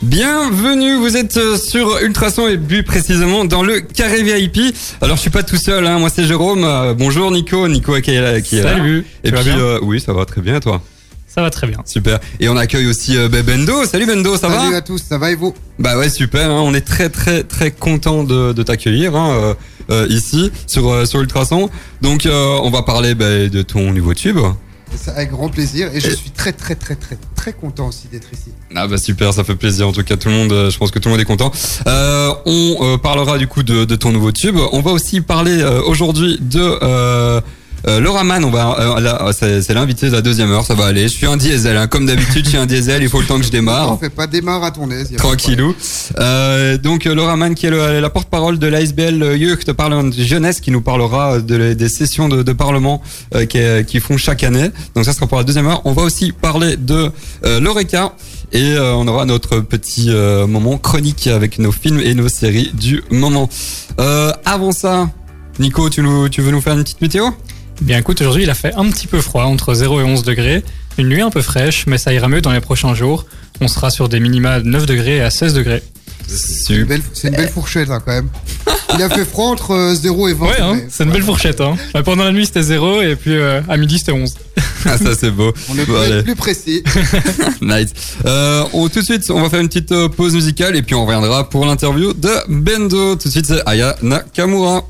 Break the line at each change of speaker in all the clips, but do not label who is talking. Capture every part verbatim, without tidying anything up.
Bienvenue, vous êtes sur Ultrason et plus précisément dans le carré V I P. Alors je suis pas tout seul, hein. Moi c'est Jérôme. Euh, bonjour Nico, Nico qui est là. Qui est
Salut.
Là. Et puis euh, oui, ça va très bien, toi.
Ça va très bien.
Super. Et on accueille aussi euh, Bendo. Salut Bendo, ça
Salut
va?
Salut à tous, ça va et vous?
Bah ouais, super. Hein. On est très très très content de, de t'accueillir hein, euh, euh, ici sur euh, sur Ultrason. Donc euh, on va parler bah, de ton nouveau tube.
Ça, avec grand plaisir et je suis très très très très très content aussi d'être ici.
Ah bah super, ça fait plaisir en tout cas, tout le monde, je pense que tout le monde est content. Euh, on euh, parlera du coup de, de ton nouveau tube. On va aussi parler euh, aujourd'hui de euh, euh, Laura Mann. On va, euh, là, c'est, c'est l'invité de la deuxième heure, ça va aller. Je suis un diesel, hein. Comme d'habitude, je suis un diesel. Il faut le temps que je démarre.
On fait pas démarre à ton aise.
Tranquillou. Euh, donc euh, Laura Mann qui est le, la porte-parole de l'A S B L Jeugdparlement Jeunesse, qui nous parlera de, des sessions de, de parlement euh, qui, qui font chaque année. Donc ça sera pour la deuxième heure. On va aussi parler de euh, l'Oreca. Et euh, on aura notre petit euh, moment chronique avec nos films et nos séries du moment. Euh, avant ça, Nico, tu, nous, tu veux nous faire une petite météo ?
Bien écoute, aujourd'hui il a fait un petit peu froid, entre zéro et onze degrés. Une nuit un peu fraîche, mais ça ira mieux dans les prochains jours. On sera sur des minima de neuf degrés à seize degrés.
C'est une belle, c'est une belle fourchette hein, quand même. Il a fait froid entre euh, zéro et vingt.
Ouais, hein, c'est une belle fourchette. Hein. Pendant la nuit c'était zéro et puis euh, à midi c'était onze.
Ah ça c'est beau.
On est bon, plus précis.
Nice. Euh, on, tout de suite, on va faire une petite euh, pause musicale et puis on reviendra pour l'interview de Bendo. Tout de suite, c'est Aya Nakamura.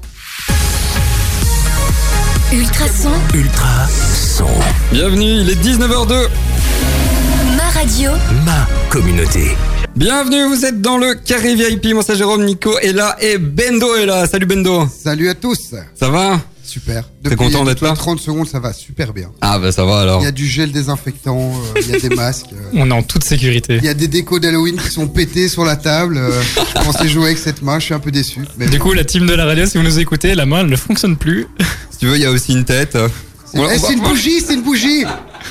Ultrason.
Ultrason.
Bienvenue, il est dix-neuf heures deux.
Ma radio.
Ma communauté.
Bienvenue, vous êtes dans le carré V I P. Moi c'est Jérôme, Nico est là et Bendo est là. Salut Bendo.
Salut à tous.
Ça va?
Super.
T'es content d'être là?
trente secondes, ça va super bien.
Ah bah ça va alors.
Il y a du gel désinfectant, euh, il y a des masques. Euh,
On est en toute sécurité.
Il y a des décos d'Halloween qui sont pétés sur la table. Euh, je pensais jouer avec cette main, je suis un peu déçu. Mais
du coup, la team de la radio, si vous nous écoutez, la main elle ne fonctionne plus.
Si tu veux, il y a aussi une tête.
C'est, ouais, c'est une bougie, c'est une bougie.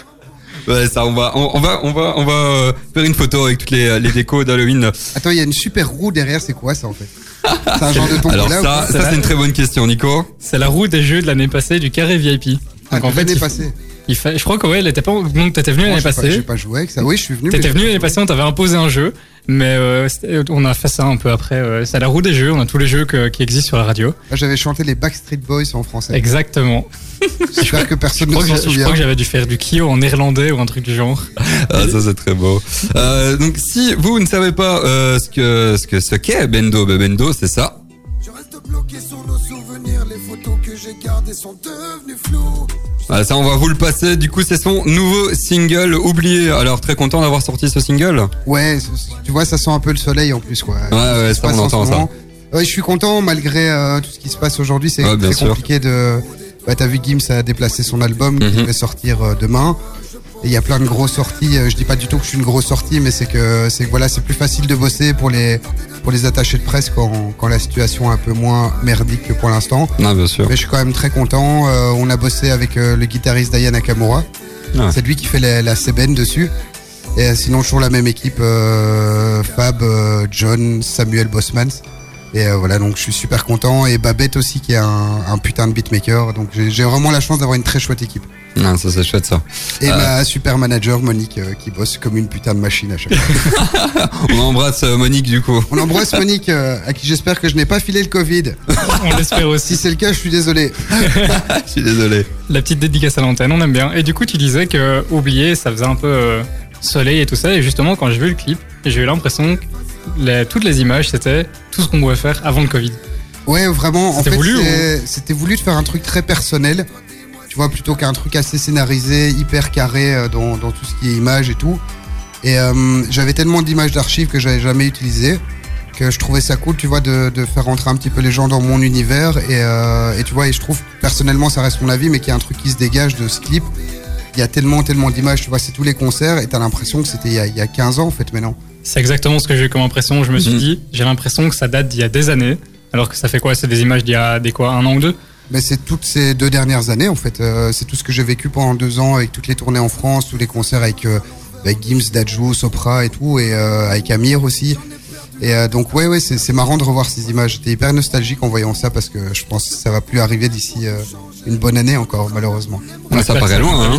Ouais, ça, on va, on, on va, on va, on va euh, faire une photo avec toutes les, les décos d'Halloween.
Attends, il y a une super roue derrière, c'est quoi ça en fait? C'est un genre de tombola.
Alors ça, ça c'est une très bonne question, Nico.
C'est la roue des jeux de l'année passée du carré V I P.
Ah,
Donc en fait,
l'année
il,
passée.
Il fait, je crois que ouais, elle était pas. Donc t'étais venu
Moi,
l'année
j'ai
passée.
Pas, j'ai pas joué avec ça. Oui, je suis venu.
T'étais venu l'année passée, on t'avait imposé un jeu, mais euh, on a fait ça un peu après. Euh, c'est la roue des jeux. On a tous les jeux que, qui existent sur la radio.
Là, j'avais chanté les Backstreet Boys en français.
Exactement.
J'espère que personne ne s'en souvient.
Je crois que j'avais dû faire du Kyo en néerlandais ou un truc du genre.
Ah, ça c'est très beau. Euh, donc si vous ne savez pas euh, ce que ce que ce qu'est Bendo, ben Bendo c'est ça.
Je reste bloqué sur nos souvenirs, les photos que j'ai gardées sont devenues floues.
Ah, ça on va vous le passer. Du coup c'est son nouveau single oublié. Alors très content d'avoir sorti ce single.
Ouais, tu vois ça sent un peu le soleil en plus quoi.
Ouais ouais, ça on entend ça.
Ouais, je suis content malgré euh, tout ce qui se passe aujourd'hui. C'est
ouais,
très
sûr.
compliqué de. Bah, t'as vu Gims a déplacé son album mm-hmm. qui devait sortir euh, demain. Et il y a plein de grosses sorties. Je dis pas du tout que je suis une grosse sortie, mais c'est que c'est voilà, c'est plus facile de bosser pour les pour les attachés de presse quand quand la situation est un peu moins merdique que pour l'instant.
Non, bien sûr.
Mais je suis quand même très content. Euh, on a bossé avec euh, le guitariste Aya Nakamura. Ah. C'est lui qui fait la, la sébène dessus. Et euh, sinon toujours la même équipe euh, Fab, euh, John, Samuel Bosmans. Et euh, voilà, donc je suis super content. Et Babette aussi, qui est un, un putain de beatmaker. Donc j'ai, j'ai vraiment la chance d'avoir une très chouette équipe.
Non, ça c'est chouette ça.
Et
euh...
ma super manager Monique, euh, qui bosse comme une putain de machine à chaque fois.
On embrasse euh, Monique du coup.
On embrasse Monique, euh, à qui j'espère que je n'ai pas filé le Covid.
On l'espère aussi.
Si c'est le cas, je suis désolé.
Je suis désolé.
La petite dédicace à l'antenne, on aime bien. Et du coup, tu disais que oublier, ça faisait un peu euh, soleil et tout ça. Et justement, quand j'ai vu le clip, j'ai eu l'impression que les, toutes les images, c'était tout ce qu'on pouvait faire avant le Covid.
Ouais, vraiment.
C'était
en fait,
voulu,
c'est, c'était voulu de faire un truc très personnel. Tu vois, plutôt qu'un truc assez scénarisé, hyper carré euh, dans, dans tout ce qui est images et tout. Et euh, j'avais tellement d'images d'archives que j'avais jamais utilisées que je trouvais ça cool, tu vois, de, de faire rentrer un petit peu les gens dans mon univers. Et, euh, et tu vois, et je trouve, personnellement, ça reste mon avis, mais qu'il y a un truc qui se dégage de ce clip. Il y a tellement, tellement d'images, tu vois, c'est tous les concerts et t'as l'impression que c'était il y a, il y a quinze ans, en fait, maintenant.
C'est exactement ce que j'ai eu comme impression. Je me suis mmh. dit, j'ai l'impression que ça date d'il y a des années, alors que ça fait quoi? C'est des images d'il y a des quoi, un an ou deux?
Mais c'est toutes ces deux dernières années en fait. Euh, c'est tout ce que j'ai vécu pendant deux ans avec toutes les tournées en France, tous les concerts avec, euh, avec Gims, Dadju, Sopra et tout, et euh, avec Amir aussi. Et euh, donc ouais ouais c'est, c'est marrant de revoir ces images. J'étais hyper nostalgique en voyant ça parce que je pense que ça va plus arriver d'ici euh, une bonne année encore malheureusement.
Ouais, ça paraît loin hein.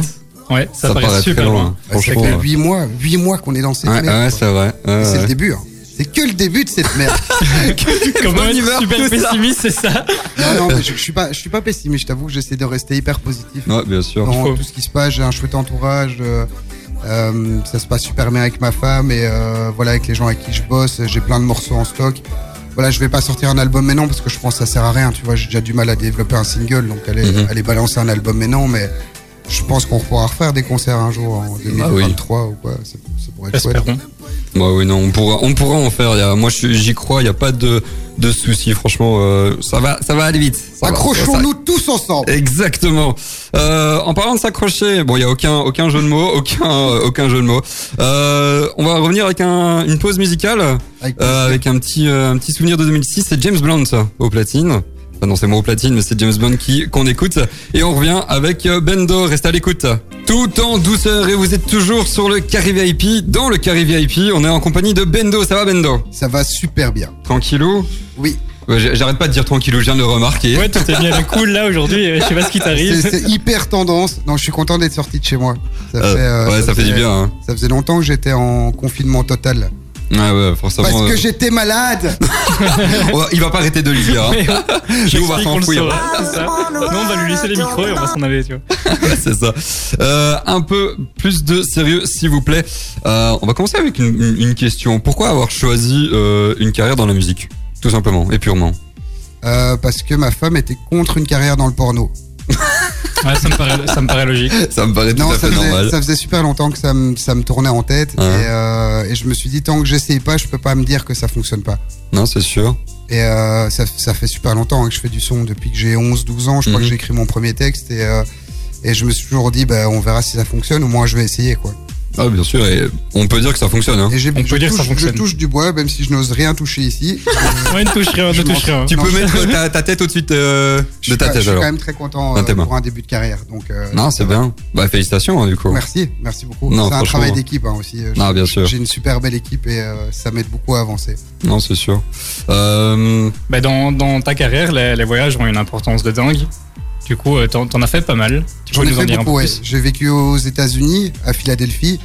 Ouais, ça,
Ça
paraît
paraît
super
très loin.
loin.
Ah, ça
Franchement,
fait
ouais.
huit mois, huit mois qu'on est dans cette
Ouais,
merde.
ouais,
quoi.
c'est vrai. Ouais,
Et c'est
ouais.
le début. Hein. C'est que le début de cette merde.
Comment
bonne
être
humeur,
super
tout ça.
pessimiste, c'est ça?
non, non, mais je, je suis pas, je suis pas pessimiste. Je t'avoue que j'essaie de rester hyper positif
Ouais, bien sûr.
dans
Faut.
tout ce qui se passe. J'ai un chouette entourage. euh, euh, ça se passe super bien avec ma femme et euh, voilà avec les gens avec qui je bosse. J'ai plein de morceaux en stock. Voilà, je vais pas sortir un album maintenant parce que je pense que ça sert à rien. Tu vois, j'ai déjà du mal à développer un single, donc aller,
Mhm.
aller balancer un album maintenant, mais je pense qu'on pourra refaire des concerts un jour en deux mille vingt-trois ou quoi. Ça, ça pourrait être chouette.
Espérons.
Bah oui, non, on pourra, on pourra en faire. Il y a, moi, je suis- j'y crois. Il y a pas de, de soucis. Franchement, euh, ça va, ça va aller vite. Ça va,
Accrochons-nous tous ensemble.
ça- Exactement. Euh, en parlant de s'accrocher, bon, il y a aucun, aucun jeu de mots, aucun, euh, aucun jeu de mots. Euh, on va revenir avec un, une pause musicale,
Avec
euh, avec un petit, euh, un petit souvenir de deux mille six. C'est James Blunt au platine. Enfin, non, c'est moi au platine, mais c'est James Blunt qui qu'on écoute. Et on revient avec euh, Bendo. Restez à l'écoute. Tout en douceur et vous êtes toujours sur le Carré V I P. Dans le Carré V I P, on est en compagnie de Bendo. Ça va, Bendo?
Ça va super bien.
Tranquillou?
Oui.
Ouais, j'- J'arrête pas de dire tranquillou, je viens de le remarquer.
Ouais, tu t'es mis à la cool là aujourd'hui, euh, je sais pas ce qui
C'est
t'arrive.
c'est hyper tendance. Non, je suis content d'être sorti de chez moi. Ça
Euh,
fait, euh,
ouais, ça, fait
faisait-
du bien. Hein.
Ça faisait longtemps que j'étais en confinement total.
Ouais, ouais, forcément.
Parce que
euh,
j'étais malade.
on va- il va pas arrêter de le dire. Hein. Nous, on va
J'explique, on le
s'enfouir.
saura, c'est ça. Non, on va lui laisser les micros et on va s'en aller, tu vois.
Ouais, c'est ça. Euh, un peu plus de sérieux, s'il vous plaît. Euh, on va commencer avec une, une- une question. Pourquoi avoir choisi euh, une carrière dans la musique? Tout simplement et purement.
Euh, parce que ma femme était contre une carrière dans le porno.
Ouais, ça me paraît, ça me paraît logique.
Ça me paraît tout
Non,
à
ça
fait
faisait,
normal.
ça faisait super longtemps que ça me, ça me tournait en tête.
Ouais.
Et, euh, et je me suis dit, tant que j'essaye pas, je peux pas me dire que ça fonctionne pas.
Non, c'est sûr.
Et euh, ça, ça fait super longtemps hein, que je fais du son depuis que j'ai onze douze ans. Je crois
Mhm.
que j'ai écrit mon premier texte. Et, euh, et je me suis toujours dit, bah, on verra si ça fonctionne. Au moins, je vais essayer, quoi.
Ah, bien sûr. Et on peut dire que ça fonctionne. Hein.
Et j'ai,
On
je
peut dire que
touche,
ça fonctionne.
Je touche du bois, même si je n'ose rien toucher ici.
Ouais, ne touche rien, ne
Je m'en-
touche rien.
Tu
Non,
peux
je-
mettre ta, ta tête au-dessus de,
Je
de
suis,
ta
pas- je
tête
suis
alors.
quand même très content
Un
euh,
témoin.
pour un début de carrière. Donc, euh,
Non, c'est bien. Bah, félicitations, hein, du coup.
Merci, merci beaucoup.
Non,
c'est un
franchement.
travail d'équipe hein, aussi.
Ah,
J'ai-
bien sûr.
J'ai une super belle équipe et euh, ça m'aide beaucoup à avancer.
Non, c'est sûr. Euh,
Bah, dans, dans ta carrière, les, les voyages ont une importance de dingue. Du coup, euh, t'en, t'en as fait pas mal. Tu
J'en
peux
ai
nous en
fait
dire un peu
beaucoup, ouais.
plus?
J'ai vécu aux États-Unis, à Philadelphie.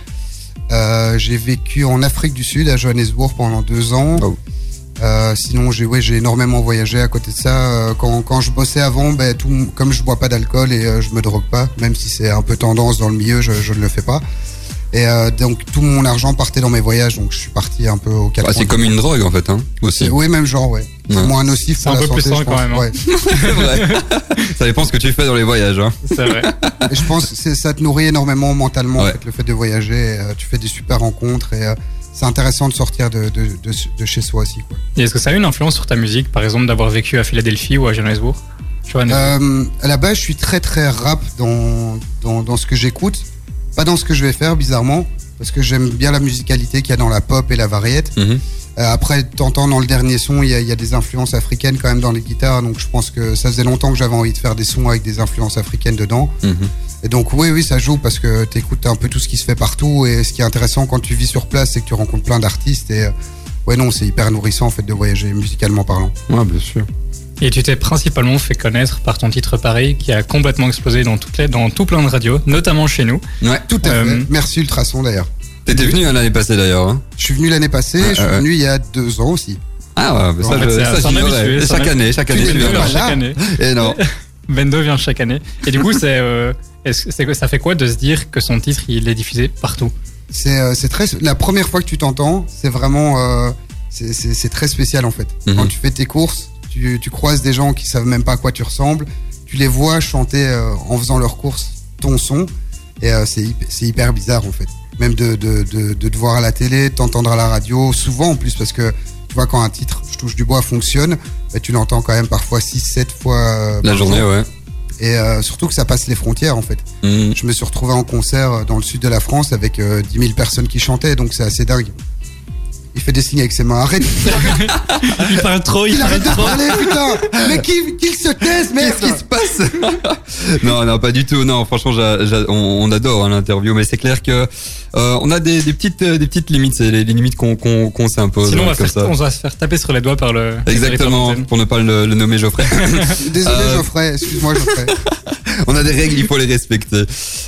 Euh, j'ai vécu en Afrique du Sud, à Johannesburg pendant deux ans.
Oh.
Euh, sinon, j'ai ouais, j'ai énormément voyagé à côté de ça. Euh, quand, quand je bossais avant, ben, tout, comme je bois pas d'alcool et euh, je me drogue pas, même si c'est un peu tendance dans le milieu, je, je ne le fais pas. Et euh, donc tout mon argent partait dans mes voyages, donc je suis parti un peu au quatre
bah, c'est
coins
comme
du
une
monde.
drogue en fait, hein, aussi.
Oui, même genre, ouais. C'est
Ouais.
moins nocif
C'est
pour
un
la
peu plus
santé,
sain
je
quand
pense.
même, hein.
Ouais.
C'est vrai. Ça dépend ce que tu fais dans les voyages. Hein.
C'est vrai.
Et je pense que c'est- ça te nourrit énormément mentalement, en
Ouais.
fait, le fait de voyager. Et, euh, tu fais des super rencontres et euh, c'est intéressant de sortir de, de, de, de chez soi aussi. Quoi.
Et est-ce que ça a une influence sur ta musique, par exemple, d'avoir vécu à Philadelphie ou à Johannesburg? Johannesburg.
Euh, à la base, je suis très très rap dans, dans, dans ce que j'écoute, pas dans ce que je vais faire, bizarrement, parce que j'aime bien la musicalité qu'il y a dans la pop et la variette.
Mhm.
Euh, après, t'entends dans le dernier son, il y, a, il y a des influences africaines quand même dans les guitares, donc je pense que ça faisait longtemps que j'avais envie de faire des sons avec des influences africaines dedans.
Mhm.
Et donc oui, oui, ça joue parce que t'écoutes un peu tout ce qui se fait partout. Et ce qui est intéressant quand tu vis sur place, c'est que tu rencontres plein d'artistes. Et euh, ouais, non, c'est hyper nourrissant en fait de voyager musicalement parlant.
Ouais, bien sûr.
Et tu t'es principalement fait connaître par ton titre Pareil, qui a complètement explosé dans, toutes les, dans tout plein de radios, notamment chez nous.
Ouais.
Tout à
Euh,
fait. Merci Ultrason d'ailleurs.
T'étais venu hein, l'année passée d'ailleurs. Hein.
Je suis venu l'année passée,
Ouais,
je suis
ouais.
venu il y a deux ans aussi.
Ah ouais, mais ça,
En fait,
je,
c'est-
ça,
c'est un
j'ignorais.
habitué,
Et
c'est un
chaque
hab-
année, chaque année,
Tu
tu
es
viens
venu
là.
là.
chaque année.
Et non.
Bendo vient chaque année. Et du coup, c'est, euh, est-ce que- c'est que ça fait quoi de se dire que son titre, il est diffusé partout?
C'est euh, c'est très la première fois que tu t'entends, c'est vraiment euh, c'est- c'est c'est très spécial en fait.
Mhm.
Quand tu fais tes courses, tu, tu croises des gens qui savent même pas à quoi tu ressembles, tu les vois chanter euh, en faisant leurs courses ton son et euh, c'est hyp- c'est hyper bizarre en fait. Même de de, de de te voir à la télé, t'entendre à la radio, souvent en plus parce que tu vois quand un titre je touche du bois fonctionne, bah, tu l'entends quand même parfois six sept fois euh,
La
par
journée,
jour.
ouais.
Et euh, surtout que ça passe les frontières en fait.
Mhm.
Je me suis retrouvé en concert dans le sud de la France avec euh, dix mille personnes qui chantaient, donc c'est assez dingue. Il fait des signes avec ses mains. Arrête.
Il parle trop, il,
Il
parle
arrête de
trop.
parler, putain. Mais qui, qu'il se taise, merde.
Qu'est-ce qui se passe? Non, non, pas du tout. Non, franchement, j'a- j'a- on, on adore hein, l'interview, mais c'est clair que euh, on a des, des petites, euh, des petites limites. C'est les, les limites qu'on, qu'on, qu'on s'impose.
Sinon, on
hein,
va,
comme
faire,
ça.
on va se faire taper sur les doigts par le.
Exactement,
par
pour ne pas le, le nommer Geoffrey.
Désolé,
Euh,
Geoffrey. Excuse-moi, Geoffrey.
On a des règles, il faut les respecter.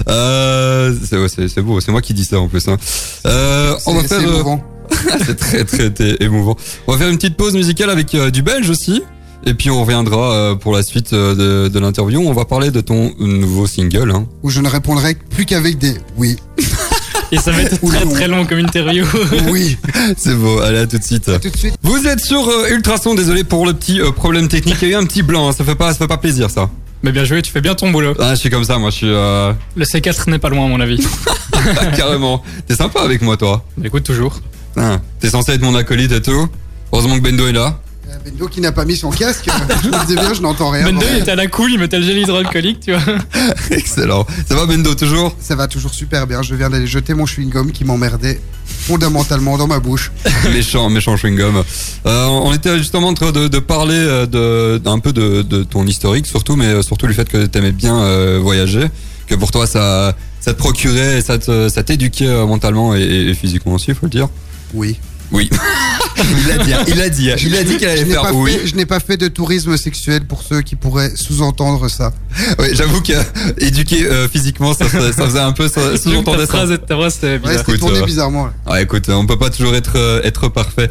Euh, c'est, ouais, c'est, c'est beau, c'est moi qui dis ça en plus. Hein. Euh, on va
C'est-
faire.
c'est
euh,
émouvant.
c'est très très, très émouvant. On va faire une petite pause musicale avec euh, du belge aussi. Et puis on reviendra euh, pour la suite euh, de, de l'interview. On va parler de ton nouveau single. Hein.
Où je ne répondrai plus qu'avec des oui.
Et ça va être
Ou
très
non.
très long comme interview.
Oui.
C'est beau, allez à tout de suite.
Tout de suite.
Vous êtes sur euh, Ultrason, désolé pour le petit euh, problème technique. Il y a eu un petit blanc, hein. ça fait pas, ça fait pas plaisir ça.
Mais bien joué, tu fais bien ton boulot.
Ah, je suis comme ça, moi je suis euh,
Le C quatre n'est pas loin à mon avis.
carrément. T'es sympa avec moi toi.
Mais écoute, toujours.
Ah, t'es censé être mon acolyte et tout. Heureusement que Bendo est là.
Euh, Bendo qui n'a pas mis son casque. Je me disais bien, je n'entends rien.
Bendo,
Bon,
il était à la cool, il mettait le gel hydroalcoolique, tu vois.
Excellent. Ça va Bendo toujours?
Ça va toujours super bien. Je viens d'aller jeter mon chewing-gum qui m'emmerdait fondamentalement dans ma bouche.
Méchant, méchant chewing-gum. Euh, on était justement en train de, de parler euh, de, d'un peu de, de ton historique surtout, mais euh, surtout du fait que t'aimais bien euh, voyager, que pour toi ça, ça te procurait, et ça te, ça t'éduquait euh, mentalement et, et physiquement aussi, faut le dire.
Oui.
Oui. il l'a dit, hein, il l'a dit, hein, il a dit qu'elle
Je
allait
n'ai
faire
pas
oui.
fait, je n'ai pas fait de tourisme sexuel pour ceux qui pourraient sous-entendre ça.
Ouais, j'avoue que éduquer euh, physiquement, ça, ça, ça faisait un peu, ça,
Ta
sous-entendait ça.
phrase, ta phrase, c'était
Ouais,
bizarre.
c'était
Écoute,
tourné
euh,
bizarrement. là.
Ouais, écoute, on peut pas toujours être euh, être parfait.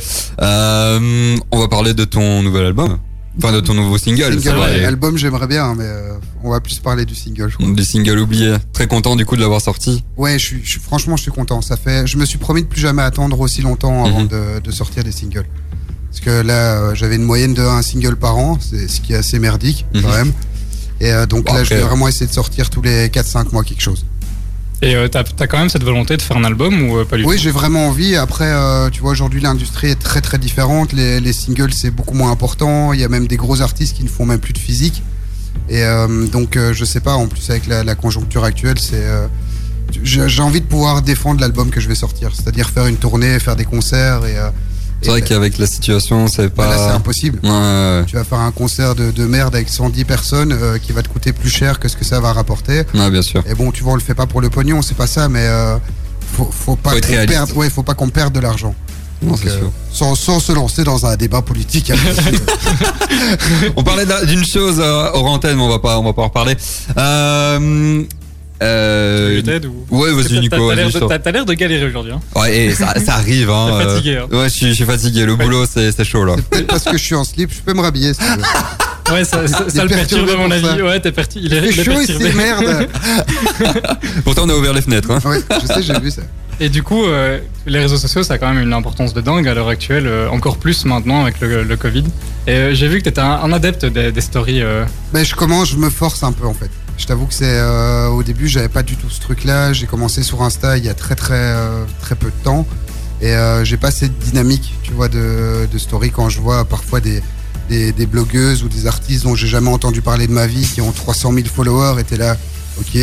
Euh, on va parler de ton nouvel album, enfin de ton nouveau single.
Single,
ça va
ouais,
aller.
album, j'aimerais bien, mais euh, on va plus parler du single, je crois.
Des singles oubliés. Très content du coup de l'avoir sorti.
Ouais, je suis, je suis- franchement, je suis content. Ça fait, je me suis promis de plus jamais attendre aussi longtemps avant
Mhm.
de, de sortir des singles. Parce que là, euh, j'avais une moyenne de un single par an, c'est ce qui est assez merdique
Mhm.
quand même. Et euh, donc
Bon,
là,
après,
je vais
euh,
vraiment essayer de sortir tous les quatre cinq mois quelque chose.
Et euh, t'as t'as quand même cette volonté de faire un album ou euh, pas du
Oui,
tout?
j'ai vraiment envie. Après, euh, tu vois, aujourd'hui, l'industrie est très très différente. Les, les singles, c'est beaucoup moins important. Il y a même des gros artistes qui ne font même plus de physique. Et euh, donc, euh, je sais pas, en plus, avec la, la conjoncture actuelle, c'est. euh, j'ai j'ai envie de pouvoir défendre l'album que je vais sortir. C'est-à-dire faire une tournée, faire des concerts. Et, euh,
C'est
et
vrai qu'avec la situation, c'est
bah, là, c'est
pas.
impossible.
Ouais, ouais,
Tu vas faire un concert de, de merde avec cent dix personnes euh, qui va te coûter plus cher que ce que ça va rapporter.
ouais. Ouais, bien sûr.
Et bon, tu vois, on le fait pas pour le pognon, c'est pas ça, mais euh, faut, faut pas
Faut être
qu'on
réaliste.
perde, ouais, faut pas qu'on perde de l'argent.
Non,
Donc,
c'est
euh,
sûr.
sans, sans se lancer dans un débat politique.
On parlait d'un- d'une chose euh, hors antenne, mais on va pas, on va pas en reparler. Euh, euh,
Je t'aide ou...
Ouais,
Parce que
vas-y
t'as-
Nico.
T'as
vas-y,
l'air
je
de,
sors.
t'as- t'as l'air de galérer aujourd'hui. Hein.
Ouais, et ça, ça arrive. Hein,
T'es
euh,
fatigué, hein.
Ouais, je suis, je suis fatigué. Le boulot, c'est, c'est chaud là.
Peut-être parce que je suis en slip, je peux me rhabiller si tu veux.
Ouais, ça, ça,
Il
ça
est
le perturbe à
perturbé
mon
pour
avis.
ça.
Ouais, t'es pertu... il est,
Il
il
fait
est
chaud ici,
perturbé.
merde.
Pourtant, on a ouvert les fenêtres. Hein.
Ouais, je sais, j'ai vu ça.
Et du coup, euh, les réseaux sociaux, ça a quand même une importance de dingue à l'heure actuelle, euh, encore plus maintenant avec le, le Covid. Et euh, j'ai vu que t'étais un, un adepte des, des stories. euh,
Ben, je commence, je me force un peu en fait. Je t'avoue que c'est euh, au début, j'avais pas du tout ce truc-là. J'ai commencé sur Insta il y a très très euh, très peu de temps, et euh, j'ai pas cette dynamique, tu vois, de, de story quand je vois parfois des, des des blogueuses ou des artistes dont j'ai jamais entendu parler de ma vie qui ont trois cent mille followers. Et t'es là, ok.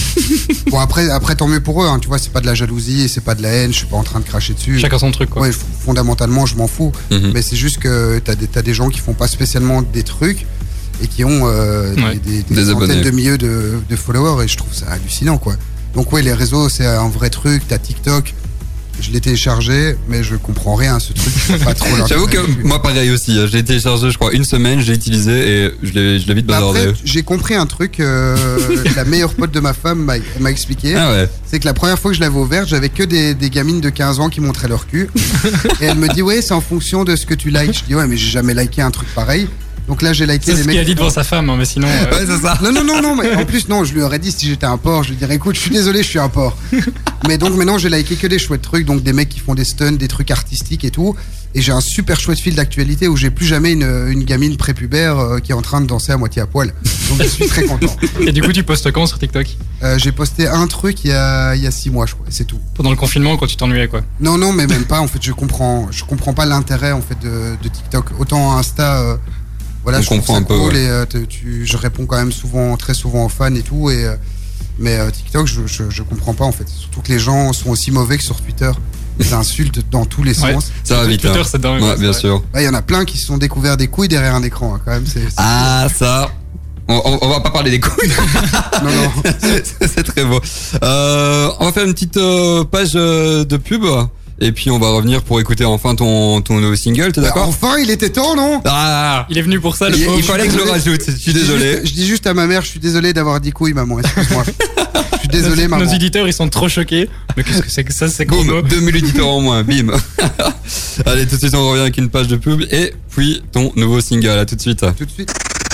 Bon après après tant mieux pour eux, hein, tu vois, c'est pas de la jalousie et c'est pas de la haine. Je suis pas en train de cracher dessus.
Chacun son truc, quoi.
Ouais, f- fondamentalement, je m'en fous.
Mhm.
Mais c'est juste que t'as des, t'as des gens qui font pas spécialement des trucs et qui ont euh,
Ouais.
des, des, des
Des
centaines
abonnés.
de milliers de, de followers, et je trouve ça hallucinant, quoi. Donc ouais, les réseaux, c'est un vrai truc. T'as TikTok, je l'ai téléchargé, mais je comprends rien à ce truc. Je vois pas trop l'intérêt
J'avoue que
dessus.
moi, pareil aussi. hein. J'ai téléchargé, je crois, une semaine, j'ai utilisé et je l'ai, je l'ai vite
Bah
bazardé.
après, j'ai compris un truc. euh, la meilleure pote de ma femme m'a m'a expliqué.
Ah ouais.
C'est que la première fois que je l'avais ouverte, j'avais que des, des gamines de quinze ans qui montraient leur cul. Et elle me dit, ouais, c'est en fonction de ce que tu likes. Je dis, ouais, mais j'ai jamais liké un truc pareil. Donc là, j'ai liké
C'est
des
ce
mecs.
qu'il a dit
qui
devant
font-
sa femme, hein, mais sinon. euh,
Ouais, c'est ça.
Non, non, non, non, mais en plus, non, je lui aurais dit si j'étais un porc, je lui dirais, écoute, je suis désolé, je suis un porc. Mais donc maintenant, j'ai liké que des chouettes trucs, donc des mecs qui font des stuns, des trucs artistiques et tout. Et j'ai un super chouette fil d'actualité où j'ai plus jamais une, une gamine prépubère euh, qui est en train de danser à moitié à poil. Donc je suis très content.
Et du coup, tu postes quand sur TikTok?
Euh, j'ai posté un truc il y a, il y a six mois, je crois, et c'est tout.
Pendant le confinement, quand tu t'ennuyais, quoi.
Non, non, mais même pas. En fait, je comprends, je comprends pas l'intérêt en fait de, de TikTok. Autant Insta, euh, voilà,
On
je trouve
comprend
ça
un peu,
cool
ouais.
et euh, te- tu, je réponds quand même souvent, très souvent aux fans et tout. Et euh, mais euh, TikTok, je, je, je comprends pas en fait. Surtout que les gens sont aussi mauvais que sur Twitter. des insultes dans tous les
Ouais.
sens.
Ça va vite.
Twitter,
hein.
c'est dingue.
Ouais,
c'est
bien
vrai.
sûr.
Il y en a plein qui se sont découverts des couilles derrière un écran, hein, quand même. C'est, c'est-
Ah, ça. On, on, on va pas parler des couilles.
Non, non.
c'est, c'est très beau. Euh, on va faire une petite euh, page euh, de pub. Et puis on va revenir pour écouter enfin ton, ton nouveau single, t'es
Bah,
d'accord?
enfin, il était temps, non?
Ah,
Il est venu pour ça, le
il,
pauvre.
il fallait que je le rajoute, je suis
Je dis
désolé.
juste- Je dis juste à ma mère, je suis désolé d'avoir dit couilles, maman. Excuse-moi. Je suis désolé,
nos,
maman.
nos éditeurs, ils sont trop choqués. Mais qu'est-ce que c'est que ça, c'est chrono.
Boum, deux mille éditeurs en moins, bim. Allez, tout de suite on revient avec une page de pub et puis ton nouveau single, à tout de suite.
Tout de suite.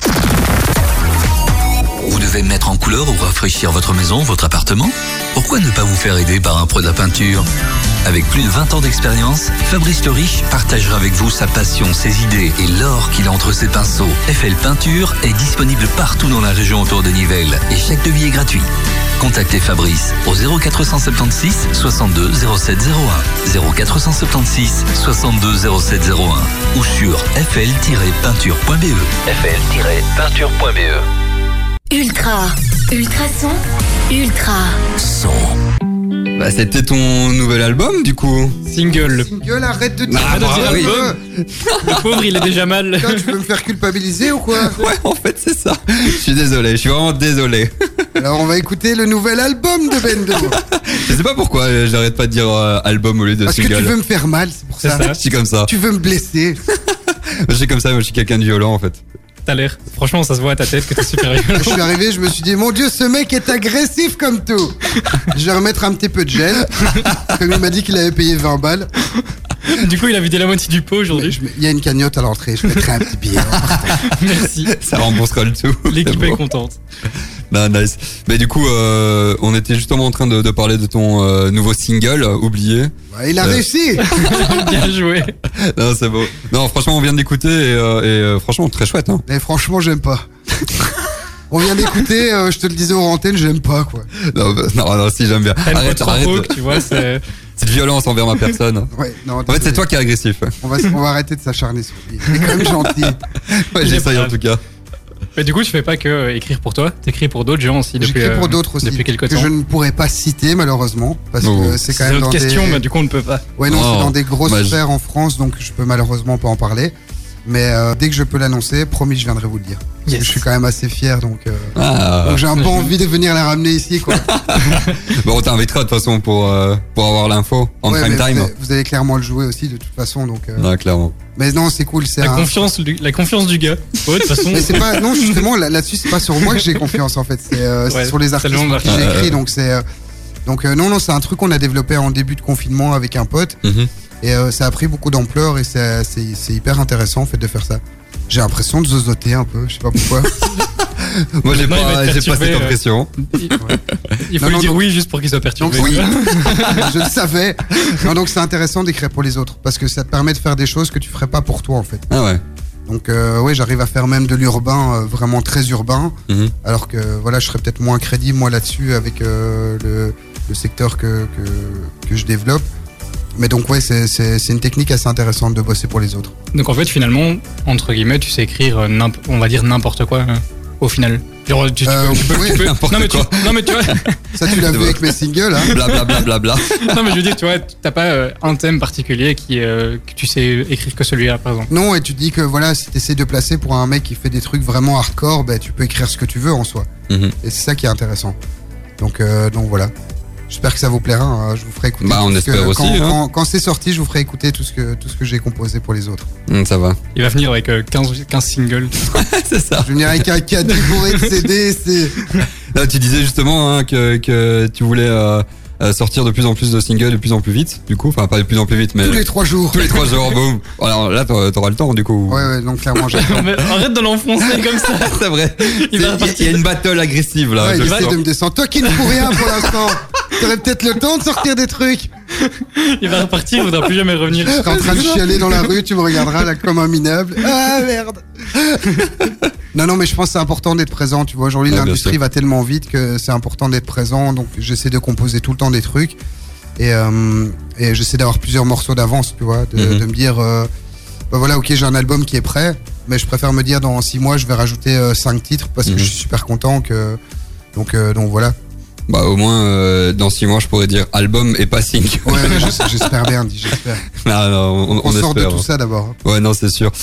Vous devez mettre en couleur ou rafraîchir votre maison, votre appartement? Pourquoi ne pas vous faire aider par un pro de la peinture? Avec plus de vingt ans d'expérience, Fabrice le Riche partagera avec vous sa passion, ses idées et l'or qu'il a entre ses pinceaux. F L Peinture est disponible partout dans la région autour de Nivelles et chaque devis est gratuit. Contactez Fabrice au zéro quatre cent soixante-seize soixante-deux zéro sept zéro un, zéro quatre cent soixante-seize soixante-deux zéro sept zéro un ou sur f l tiret peinture point b e. f l tiret peinture point b e.
Ultra. Ultrason. Ultra.
Son.
Bah, c'était ton nouvel album du coup.
Single.
Gueule, arrête de dire.
Ah, bah,
Arrête de
oui.
dire,
Le pauvre, il est déjà mal.
Putain, tu peux me faire culpabiliser ou quoi?
Ouais, en fait c'est ça. Je suis désolé, je suis vraiment désolé.
Alors, on va écouter le nouvel album de Bendo.
Je sais pas pourquoi euh, j'arrête pas de dire euh, album au lieu de
Parce que
single.
tu veux me faire mal, c'est pour
C'est
ça.
ça.
Je suis comme ça.
Tu veux me blesser.
Je suis comme ça, moi je suis quelqu'un de violent en fait.
T'as l'air. Franchement, ça se voit à ta tête que t'es super
Je
violent.
suis arrivé, je me suis dit, mon Dieu, ce mec est agressif comme tout. Je vais remettre un petit peu de gel. Comme il m'a dit qu'il avait payé vingt balles.
Du coup, il a vidé la moitié du pot
Mais
aujourd'hui.
je mets- Il y a une cagnotte à l'entrée, je mettrai un petit billet.
Merci.
Ça remboursera le tout.
L'équipe
C'est
est
bon.
contente.
Bah, nice. Mais du coup, euh, on était justement en train de, de parler de ton euh, nouveau single, euh, oublié.
Ouais, il a
Euh.
réussi.
Bien joué.
Non, c'est beau. Non, franchement, on vient d'écouter et, euh, et euh, franchement, très chouette. Hein.
Mais franchement, j'aime pas. On vient d'écouter, euh, je te le disais aux antennes, j'aime pas quoi.
Non, bah, non, non, si j'aime bien.
T'as une voix
Arrête,
trop
arrête.
rauque, tu vois, c'est...
Cette violence envers ma personne.
Ouais, non,
En fait, c'est
désolé.
toi qui es agressif.
On va, on va arrêter de s'acharner sur lui. Il est quand même gentil.
Ouais, j'essaye en tout cas.
Mais du coup, tu fais pas que euh, écrire pour toi, t'écris pour d'autres gens aussi depuis,
J'écris pour
euh,
d'autres aussi.
depuis quelques
que
temps.
je ne pourrais pas citer malheureusement. Parce
Oh.
que c'est quand
C'est
même
une
dans
autre question,
des...
mais du coup, on ne peut pas.
Ouais, non,
Oh,
c'est dans des grosses
dommage.
sphères en France, donc je peux malheureusement pas en parler. Mais euh, dès que je peux l'annoncer, promis, je viendrai vous le dire. Parce que
Yes.
je suis quand même assez fier, donc, euh,
Ah.
donc j'ai un peu envie de venir la ramener ici, quoi.
Bon, on t'invitera de toute façon pour, euh, pour avoir l'info en
Ouais,
prime
mais
time.
Vous allez, vous allez clairement le jouer aussi, de toute façon, donc. euh,
Non, clairement.
Mais non, c'est cool, c'est
La
un.
confiance, du, la confiance du gars. Ouais, de toute façon.
Mais c'est pas, non, justement, là- là-dessus, c'est pas sur moi que j'ai confiance, en fait. C'est euh, c'est
Ouais,
sur les
c'est
artistes
le nom de
que j'ai
l'artiste.
écrit,
Ouais, ouais.
donc c'est. euh, donc euh, non, non, c'est un truc qu'on a développé en début de confinement avec un pote.
Mhm.
Et euh, ça a pris beaucoup d'ampleur et c'est c'est- c'est hyper intéressant en fait de faire ça. J'ai l'impression de zozoter un peu, je sais pas pourquoi.
Moi, j'ai
Maintenant, il va
pas,
être
j'ai pas
perturbé,
cette
euh.
impression.
Il faut
Non,
lui
non,
dire
donc-
oui juste pour qu'il soit perturbé.
Donc,
Oui.
je le savais. Non, donc c'est intéressant d'écrire pour les autres parce que ça te permet de faire des choses que tu ferais pas pour toi en fait.
Ah ouais.
Donc euh, ouais, j'arrive à faire même de l'urbain, euh, vraiment très urbain,
Mhm.
alors que voilà, je serais peut-être moins crédible moi là-dessus avec euh, le, le secteur que, que, que je développe. Mais donc ouais, c'est c'est- c'est une technique assez intéressante de bosser pour les autres.
Donc en fait, finalement, entre guillemets, tu sais écrire, euh, n'imp- on va dire n'importe quoi, hein, au final. Genre, tu, tu
Euh,
peux, tu peux-
oui,
tu peux-
n'importe
non, mais tu,
quoi.
non mais tu vois,
Ça tu l'as
C'est
vu
vrai.
avec mes singles, hein.
Bla bla bla bla bla.
non mais je veux dire, tu vois, t'as pas euh, un thème particulier qui, euh, que tu sais écrire que celui-là, par exemple.
Non, et tu dis que voilà, si tu essaies de placer pour un mec qui fait des trucs vraiment hardcore, ben, tu peux écrire ce que tu veux en soi.
Mhm.
Et c'est ça qui est intéressant. Donc, euh, donc voilà. J'espère que ça vous plaira. hein. Je vous ferai écouter.
Bah, on
tout ce que-
espère aussi,
Quand,
hein.
quand- quand c'est sorti, je vous ferai écouter tout ce que, tout ce que j'ai composé pour les autres.
Hum, ça va.
Il va venir avec euh, quinze, quinze singles.
C'est ça.
Je vais venir avec un caddie bourré de C D. C'est...
Là, tu disais justement hein, que, que tu voulais euh, euh, sortir de plus en plus de singles de plus en plus vite. Du coup, enfin pas de plus en plus vite, mais
Tous les trois jours.
tous les trois jours. Boum. Alors là, t'auras t'auras le temps du coup.
Ouais, ouais, donc clairement, j'ai.
Mais arrête de l'enfoncer comme ça.
C'est vrai.
Il va
C'est-
repartir.
Il y a une battle agressive là.
Ouais,
je
il
le
essaie
sens.
de me descendre. Toi qui ne fous rien pour l'instant, t'aurais peut-être le temps de sortir des trucs.
Il va repartir, il voudra plus jamais revenir.
Je serai en train de chialer dans la rue, tu me regarderas là comme un minable. Ah merde. Non, non, mais je pense que c'est important d'être présent. Tu vois, aujourd'hui,
Ouais, bien
l'industrie
sûr.
va tellement vite que c'est important d'être présent. Donc, j'essaie de composer tout le temps des trucs. Et, euh, et j'essaie d'avoir plusieurs morceaux d'avance, tu vois. De,
Mhm.
de me dire, euh, bah voilà, ok, j'ai un album qui est prêt. Mais je préfère me dire, dans six mois, je vais rajouter euh, cinq titres parce que
Mhm.
je suis super content. Que, donc, euh, donc voilà.
Bah au moins euh, dans six mois je pourrais dire album et passing.
Ouais, j'es- j'espère bien, dis, j'espère.
non, non, on,
On,
on
sort de
espère.
tout ça d'abord.
Ouais non c'est sûr.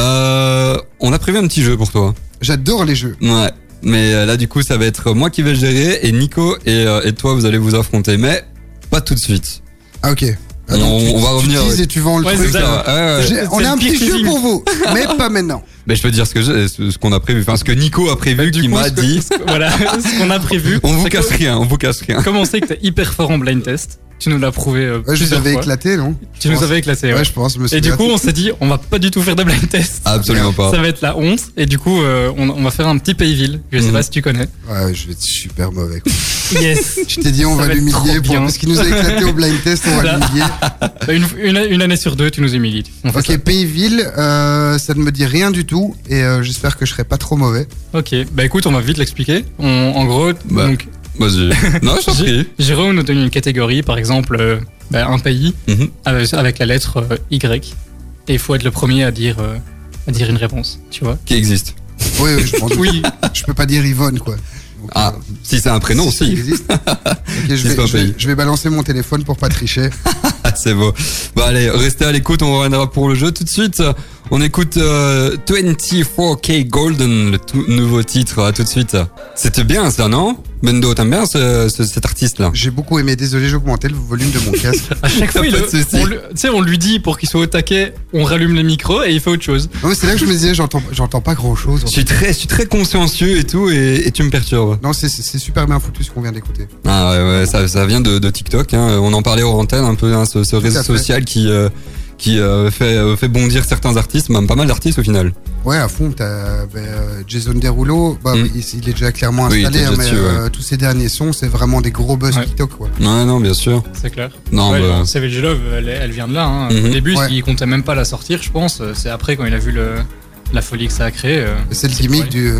Euh, on a prévu un petit jeu pour toi.
J'adore les jeux.
Ouais. Mais euh, là du coup ça va être moi qui vais le gérer et Nico et, euh, et toi vous allez vous affronter. Mais pas tout de suite.
Ah, ok. Ah,
On-
donc tu-
on va
tu
revenir,
teases
ouais.
et tu vends le
Ouais,
truc.
c'est ça.
Ouais, ouais.
J'ai-
C'est
on
le
a un
pire
petit jeu
teasing.
pour vous, mais pas maintenant.
Mais je peux dire ce que j'ai, ce ce qu'on a prévu, enfin ce que Nico a prévu,
Bah, du
qui
coup,
m'a
ce que-
dit.
ce que- Voilà, ce qu'on a prévu.
On vous
c'est que-
cache rien, on vous cache rien.
Comme on sait que t'es hyper fort en blind test, tu nous l'as prouvé euh,
Ouais, je vous
plusieurs
avais
fois.
éclaté, non
Tu nous avais éclaté, ouais.
Ouais, je pense. je me
Et du
souviens.
coup, on s'est dit, on va pas du tout faire de blind test.
Absolument pas.
Ça va être la honte. Et du coup, euh, on, on va faire un petit Payville. Je sais
Mhm.
pas si tu connais.
Ouais, je vais être super mauvais. quoi.
Yes.
Je t'ai dit, on
Ça
va
va être
l'humilier
trop
pour...
bien.
parce qu'il nous a éclaté au blind test, on va
Voilà.
l'humilier.
une, une, une année sur deux, tu nous humilies. On fait
Ok, Payville, euh, ça ne me dit rien du tout et euh, j'espère que je serai pas trop mauvais.
ça. Ok. Bah écoute, on va vite l'expliquer. On- En gros,
Bah.
donc,
Vas-y. Non, je t'en
J'ai-
prie.
Jérôme nous donne une catégorie, par exemple, euh, bah, un pays
Mhm.
avec, avec la lettre euh, Y. Et il faut être le premier à dire, euh, à dire une réponse. Tu vois.
Qui existe.
Oui, oui, je pense.
Oui.
Je peux pas dire Yvonne, quoi. Donc,
Ah,
euh,
si c'est un prénom,
si ça
si.
existe. Ok, je,
Si c'est
vais,
pas un
je, vais,
pays.
je vais balancer mon téléphone pour pas tricher.
Ah, c'est beau. Bon, allez, restez à l'écoute, on reviendra pour le jeu tout de suite. On écoute euh, vingt-quatre K Golden, le tout nouveau titre. À tout de suite. C'était bien ça, non Mendo, t'aimes bien ce, ce- cet artiste-là
J'ai beaucoup aimé. Désolé, j'ai augmenté le volume de mon casque.
À chaque fois, il,
Pas de souci.
on, lui- tu sais, on lui dit pour qu'il soit au taquet, on rallume les micros et il fait autre chose.
Non, mais c'est là que je me disais, j'entends, j'entends pas grand chose.
Je suis très, je suis très consciencieux et tout, et, et tu me perturbes.
Non, c'est, c'est c'est super bien foutu ce qu'on vient d'écouter.
Ah ouais, ouais, ça, ça vient de, de TikTok. Hein. On en parlait aux antennes un peu, hein, ce, ce réseau
à fait.
social qui euh, qui euh, fait euh, fait bondir certains artistes, même pas mal d'artistes au final.
Ouais, à fond, t'as ben, euh, Jason Derulo, bah,
Mm.
il, il est déjà clairement
Oui, il
installé,
était
hein,
déjà
mais
dessus,
euh, tous ces derniers sons, c'est vraiment des gros buzz
Ouais.
TikTok, quoi.
Ouais, non, bien sûr.
C'est clair.
Non,
Ouais,
bah,
non, Savage Love, elle, elle vient de là. Hein.
Mhm.
Au début,
Ouais.
il comptait même pas la sortir, je pense. C'est après, quand il a vu le, la folie que ça a créé. euh,
C'est le gimmick
ouais.
du...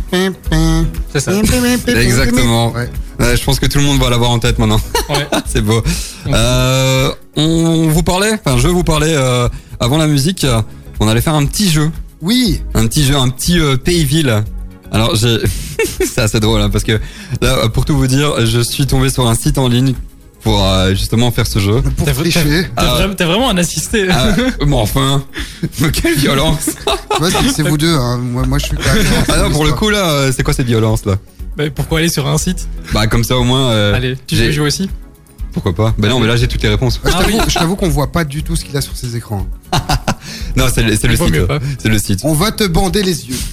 C'est ça.
Exactement.
Ouais.
ouais, je pense que tout le monde va l'avoir en tête maintenant.
Ouais.
C'est beau. Euh, on vous parlait, enfin, je vous parlais euh, avant la musique. euh, On allait faire un petit jeu,
Oui,
un petit jeu, un petit euh, Payville. Alors, j'ai, c'est assez drôle hein, parce que là, pour tout vous dire, je suis tombé sur un site en ligne pour euh, justement faire ce jeu.
pour
T'as-
tricher.
T'es
Ah.
vraiment, t'es vraiment un assisté.
Ah, mais enfin, mais quelle violence.
Ouais, c'est, c'est vous deux, hein. moi, moi je suis quand même...
Ah non, pour le coup là, euh, c'est quoi cette violence là?
Bah, pourquoi aller sur un site
Bah comme ça au moins. euh,
Allez, tu
j'ai-
veux jouer aussi
Pourquoi pas? Bah non, mais là j'ai toutes les réponses.
Ah, je,
Ah
t'avoue,
oui.
je t'avoue qu'on voit pas du tout ce qu'il a sur ses écrans.
Non, c'est le, c'est le
Vaut
site.
mieux
euh,
pas.
C'est le site.
On va te bander les yeux.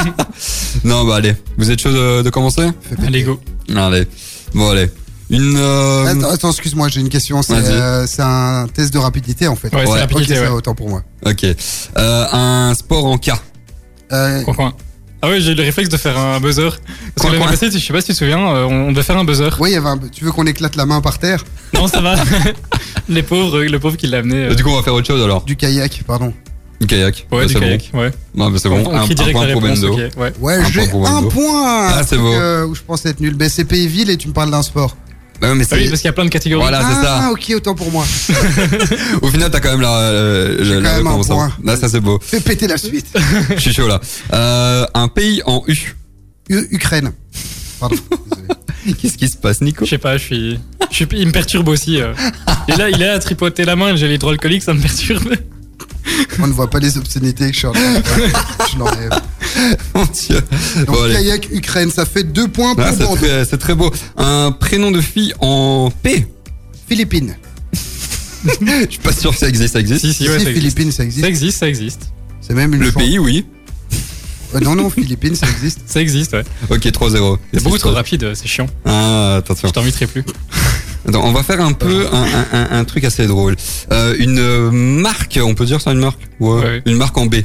Non, bah allez. Vous êtes chaud de, de commencer?
Fais péter.
Allez, go.
Allez. Bon, allez. Une. euh,
Attends, attends, excuse-moi, j'ai une question. C'est,
Vas-y.
euh, c'est un test de rapidité en fait.
Ouais, c'est
Ouais.
rapidité,
Ok, ça
ouais.
va, autant pour moi.
Ok. Euh, un sport en K.
Euh,
Coin, coin. Ah ouais, j'ai eu le réflexe de faire un buzzer. Parce
Coin,
que l'année
coin.
passée, je sais pas si tu te souviens, euh, on devait faire un buzzer.
ouais, il y avait un... tu veux qu'on éclate la main par terre?
Non, ça va. Les pauvres, le pauvre qui l'a amené. euh,
Du coup, on va faire autre chose alors.
Du kayak, pardon.
Du kayak.
Ouais,
Bah,
du
c'est
kayak, ouais.
bon. Non, mais c'est bon.
On, on
un,
crie
un
direct
point
la
pour
réponse,
Bendo.
ok, ouais.
Ouais,
Un
j'ai
point pour
un
Bendo.
point.
Ah,
Un
c'est
truc,
beau.
euh, où je pensais être nul. Ben, c'est Payville et tu me parles d'un sport.
Bah ouais, mais
Ah oui,
c'est.
parce qu'il y a plein de catégories.
Voilà, c'est
ah,
ça.
ok, autant pour moi.
Au final, t'as quand même la, euh,
J'ai
la, la
quand même un
réponse. hein.
point.
Là, ça c'est beau.
Fais péter la suite.
Je suis chaud là. Euh, un pays en U.
U- Ukraine. Pardon. Désolé.
Qu'est-ce qui se passe, Nico?
Je sais pas, je suis, je suis, il me perturbe aussi. euh. Et là, il est à tripoter la main, j'ai l'hydroalcoolique, ça me perturbe.
On ne voit pas les obscénités que je suis en train de faire. Je l'enlève.
Mon Dieu.
Donc,
Bon, allez.
kayak Ukraine, ça fait deux points pour
Ah, c'est
Bando.
très, c'est très beau. Un prénom de fille en P.
Philippines.
Je suis pas sûr que ça existe. Ça existe.
Si, si, ouais,
Si,
ça existe.
Philippines, ça existe.
Ça existe, ça existe.
C'est même une
Le
chan-
pays, oui.
Euh, non, non, Philippines, ça existe.
Ça existe, ouais.
Ok, trois zéro.
C'est beaucoup trop rapide, c'est chiant.
Ah, attention.
Je t'inviterai plus.
Attends, on va faire un peu un, un, un, un truc assez drôle. Euh, une euh, marque, on peut dire ça une marque? Ouais.
Ouais.
Une marque en B.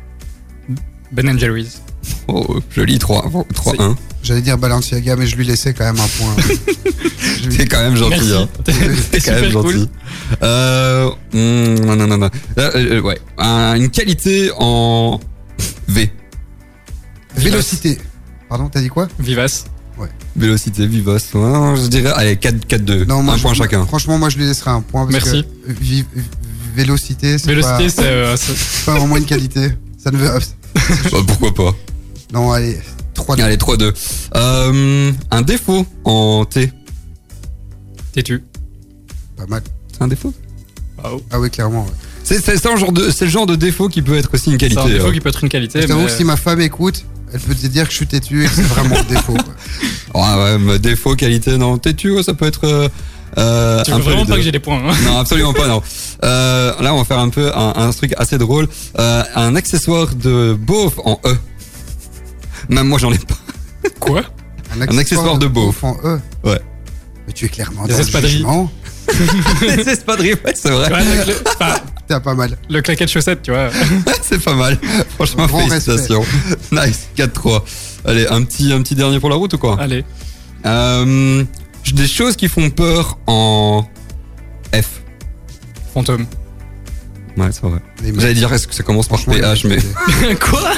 Ben and Jerry's.
Oh, joli, trois un.
J'allais dire Balenciaga, mais je lui laissais quand même un point. Je lui-
T'es quand même gentil,
Merci.
hein.
T'es
T'es quand même
super
gentil.
cool.
Euh, hmm, non, non, non, non. Euh, euh, ouais. Un- une qualité en V.
Vélocité. Pardon, t'as dit quoi?
Vivace.
Vélocité, vivace. Ouais, non, je dirais, allez, quatre deux.
Non, moi,
un
je-
point chacun.
Franchement, moi, je lui laisserai un point. Parce
Merci.
Que vi- vi- vélocité, c'est
Vélocité,
pas,
c'est. euh, c'est-
c'est pas vraiment une qualité. Ça ne veut.
Bah, pourquoi pas?
Non, allez, trois trois deux.
Allez, trois deux. Euh, un défaut en T.
Têtu.
Pas mal.
C'est un défaut?
Waouh.
Ah oui, clairement. Ouais.
C'est, c'est, c'est, un genre de, c'est le genre de défaut qui peut être aussi une
C'est
qualité.
un défaut
hein.
qui peut être une qualité.
Je t'avoue
mais...
que si ma femme écoute, elle peut te dire que je suis têtu et que c'est vraiment le défaut. Quoi.
Ouais, ouais, mais défaut, qualité, non. Têtu, ouais, ça peut être. Euh, euh,
Tu
un
veux
peu
vraiment
les
pas
deux.
que j'ai des points. Hein.
Non, absolument pas, non. Euh, là, on va faire un peu un, un truc assez drôle. Euh, un accessoire de beauf en E. Même moi, j'en ai pas.
Quoi?
Un
accessoire de beauf.
en E.
Ouais.
Mais tu es clairement
Des
dans le
espadrilles.
jugement.
Les espadrilles, ouais, c'est vrai.
Tu vois, avec le, enfin,
T'as pas mal.
le claquet de chaussettes, tu vois.
C'est pas mal. Franchement,
Grand
félicitations. Nice, quatre trois. Allez, un petit, un petit dernier pour la route ou quoi?
Allez.
euh, Des choses qui font peur en F.
Fantôme.
Ouais, c'est vrai.
Les mecs,
J'allais dire, est-ce que ça commence par
franchement,
P H, mais
les-
Quoi?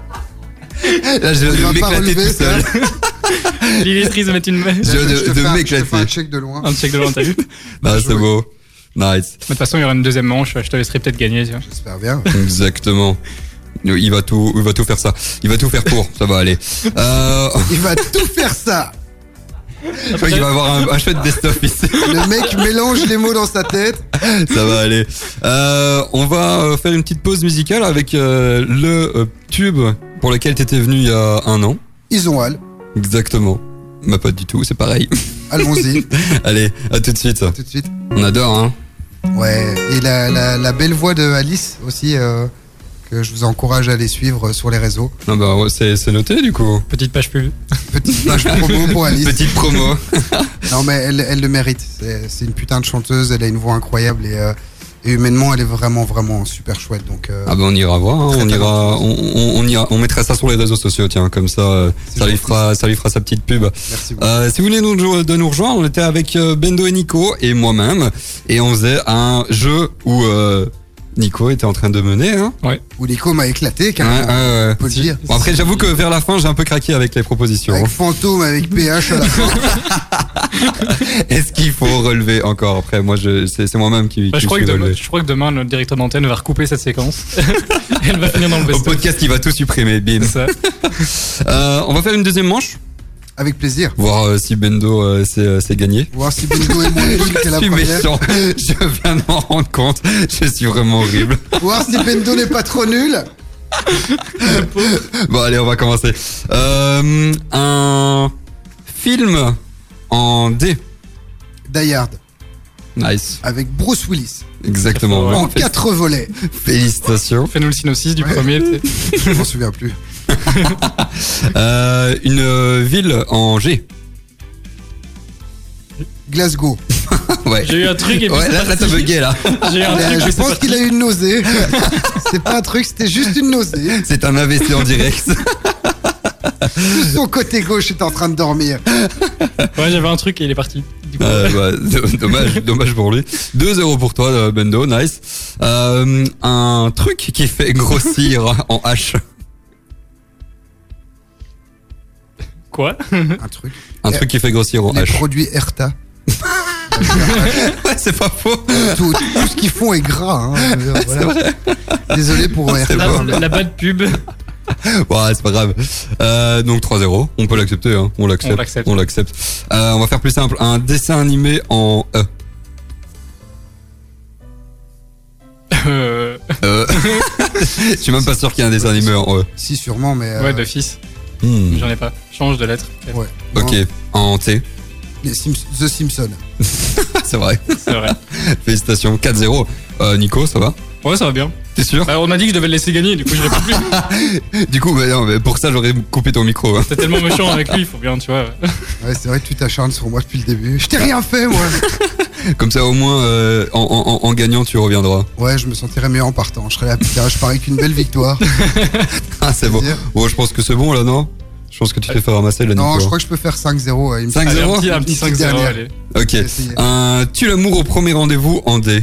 là, je
On
vais
va pas
m'éclater
relever,
tout seul.
L'illustrice de mettre une...
Je-
Je,
de-
je te
de
fais un- je te
m'éclater.
fais un check de loin.
un check de loin, t'as vu? Mais
Bah,
Bien
c'est
joué.
beau. Nice.
de toute façon, il y aura une deuxième manche. Je te laisserai peut-être gagner. Tu vois.
J'espère bien.
Exactement. Il va tout, il va tout faire ça. Il va tout faire pour. Ça va aller. Euh,
Il va tout faire ça.
je crois qu'il va avoir un, un chouette best-of ici.
Le mec mélange les mots dans sa tête.
Ça va aller. Euh, on va euh, faire une petite pause musicale avec euh, le euh, tube pour lequel t'étais venu il y a un an.
Isonal.
Exactement. Bah pas du tout, c'est pareil.
Allons-y,
Allez, à tout de suite.
tout de suite.
On adore, hein.
Ouais, et la, la, la belle voix de Alice aussi, euh, que je vous encourage à aller suivre sur les réseaux.
Non bah ouais, c'est, c'est noté du coup.
Petite page pub.
Petite page promo pour Alice.
Petite promo.
Non mais elle, elle le mérite. C'est, c'est une putain de chanteuse, elle a une voix incroyable et, euh, et humainement elle est vraiment vraiment super chouette. Donc euh,
Ah bah on ira voir, hein.
Très
on ira,
talentueux.
on, on, on ira, on mettra ça sur les réseaux sociaux, tiens, comme ça, euh,
C'est
ça lui
gentil.
fera, ça lui fera sa petite pub.
merci beaucoup.
Euh, si vous voulez nous, de nous rejoindre, on était avec euh, Bendo et Nico et moi-même, et on faisait un jeu où euh, Nico était en train de mener, hein.
Où Nico m'a éclaté
Ouais,
carrément.
ouais, ouais.
On peut le dire.
Bon, après, j'avoue que vers la fin, j'ai un peu craqué avec les propositions.
Avec Fantôme, avec P H à la fin.
Est-ce qu'il faut relever encore? Après, moi, je, c'est, c'est moi-même qui,
Bah,
qui
je, crois
suis
que demain,
relevé.
je crois que demain, notre directeur d'antenne va recouper cette séquence. Elle va finir dans le
Au
best-of.
podcast, il va tout supprimer, bim.
C'est ça.
Euh, on va faire une deuxième manche,
Avec plaisir.
voir euh, si Bendo euh, s'est, euh, s'est gagné.
Voir si Bingo est moins nul que
Je
la
suis
première.
méchant, je viens de m'en rendre compte, je suis vraiment horrible.
Voir si Bendo n'est pas trop nul.
Bon, allez, on va commencer. Euh, un film en D.
Die Hard,
Nice,
avec Bruce Willis.
exactement.
Ouais.
En
Fé-
quatre volets.
Félicitations.
Fais-nous le synopsis du
Ouais.
premier. tu sais.
Je m'en souviens plus.
Euh, une euh, ville en G.
Glasgow.
Ouais.
J'ai eu un truc et puis
Ouais,
c'est
là, là, t'as
parti.
bugué, là.
J'ai eu un
Euh,
truc.
je
puis c'est
pense
parti.
qu'il a eu une nausée. C'est pas un truc, c'était juste une nausée.
C'est un A V C en direct.
Tout son côté gauche est en train de dormir.
Ouais, j'avais un truc et il est parti. Du coup,
Euh, bah, do- dommage, dommage pour lui. deux zéro pour toi, euh, Bendo, nice. Euh, un truc qui fait grossir en H.
quoi?
Un truc.
Un truc qui fait grossir en
Les
H.
produits Erta.
Ouais, c'est pas faux.
Tout, tout ce qu'ils font est gras. Hein. Je veux dire, voilà. Désolé pour Erta.
La,
bon.
la, la bad pub.
Ouais, c'est pas grave. Euh, donc trois zéro, on peut l'accepter, hein. On l'accepte.
On l'accepte.
On l'accepte. Euh, on va faire plus simple. Un dessin animé en E.
Euh,
Euh... Je suis même pas sûr qu'il y ait un dessin animé en E.
Si, sûrement, mais. euh,
ouais, d'office.
Hmm.
J'en ai pas. Change de lettre.
ouais.
Ok,
Non,
en T.
les Sims- The Simpsons.
C'est vrai.
C'est vrai.
Félicitations. quatre zéro. Euh, Nico, ça va?
Ouais, ça va bien.
T'es sûr?
Bah, on a dit que je devais le laisser gagner, du coup, je réponds plus.
Du coup, bah, non, mais pour ça, j'aurais coupé ton micro. Hein.
T'es tellement méchant avec lui, il faut bien, tu vois.
Ouais, c'est vrai que tu t'acharnes sur moi depuis le début. Je t'ai rien fait, moi.
Comme ça, au moins, euh, en, en- en gagnant, tu reviendras.
Ouais, je me sentirais mieux en partant. Je serais là, putain, je pars avec une belle victoire.
Ah, c'est bon.
Dire.
Bon, je pense que c'est bon, là, non? Je pense que tu t'es fait ramasser, là, Nico.
Non, je crois que je peux faire cinq zéro. ouais, il me
cinq
semble.
Allez,
zéro
un petit, un petit
Une
cinq
petite
zéro,
dernière.
allez.
Ok.
J'ai essayé.
Un tue l'amour au premier rendez-vous en D.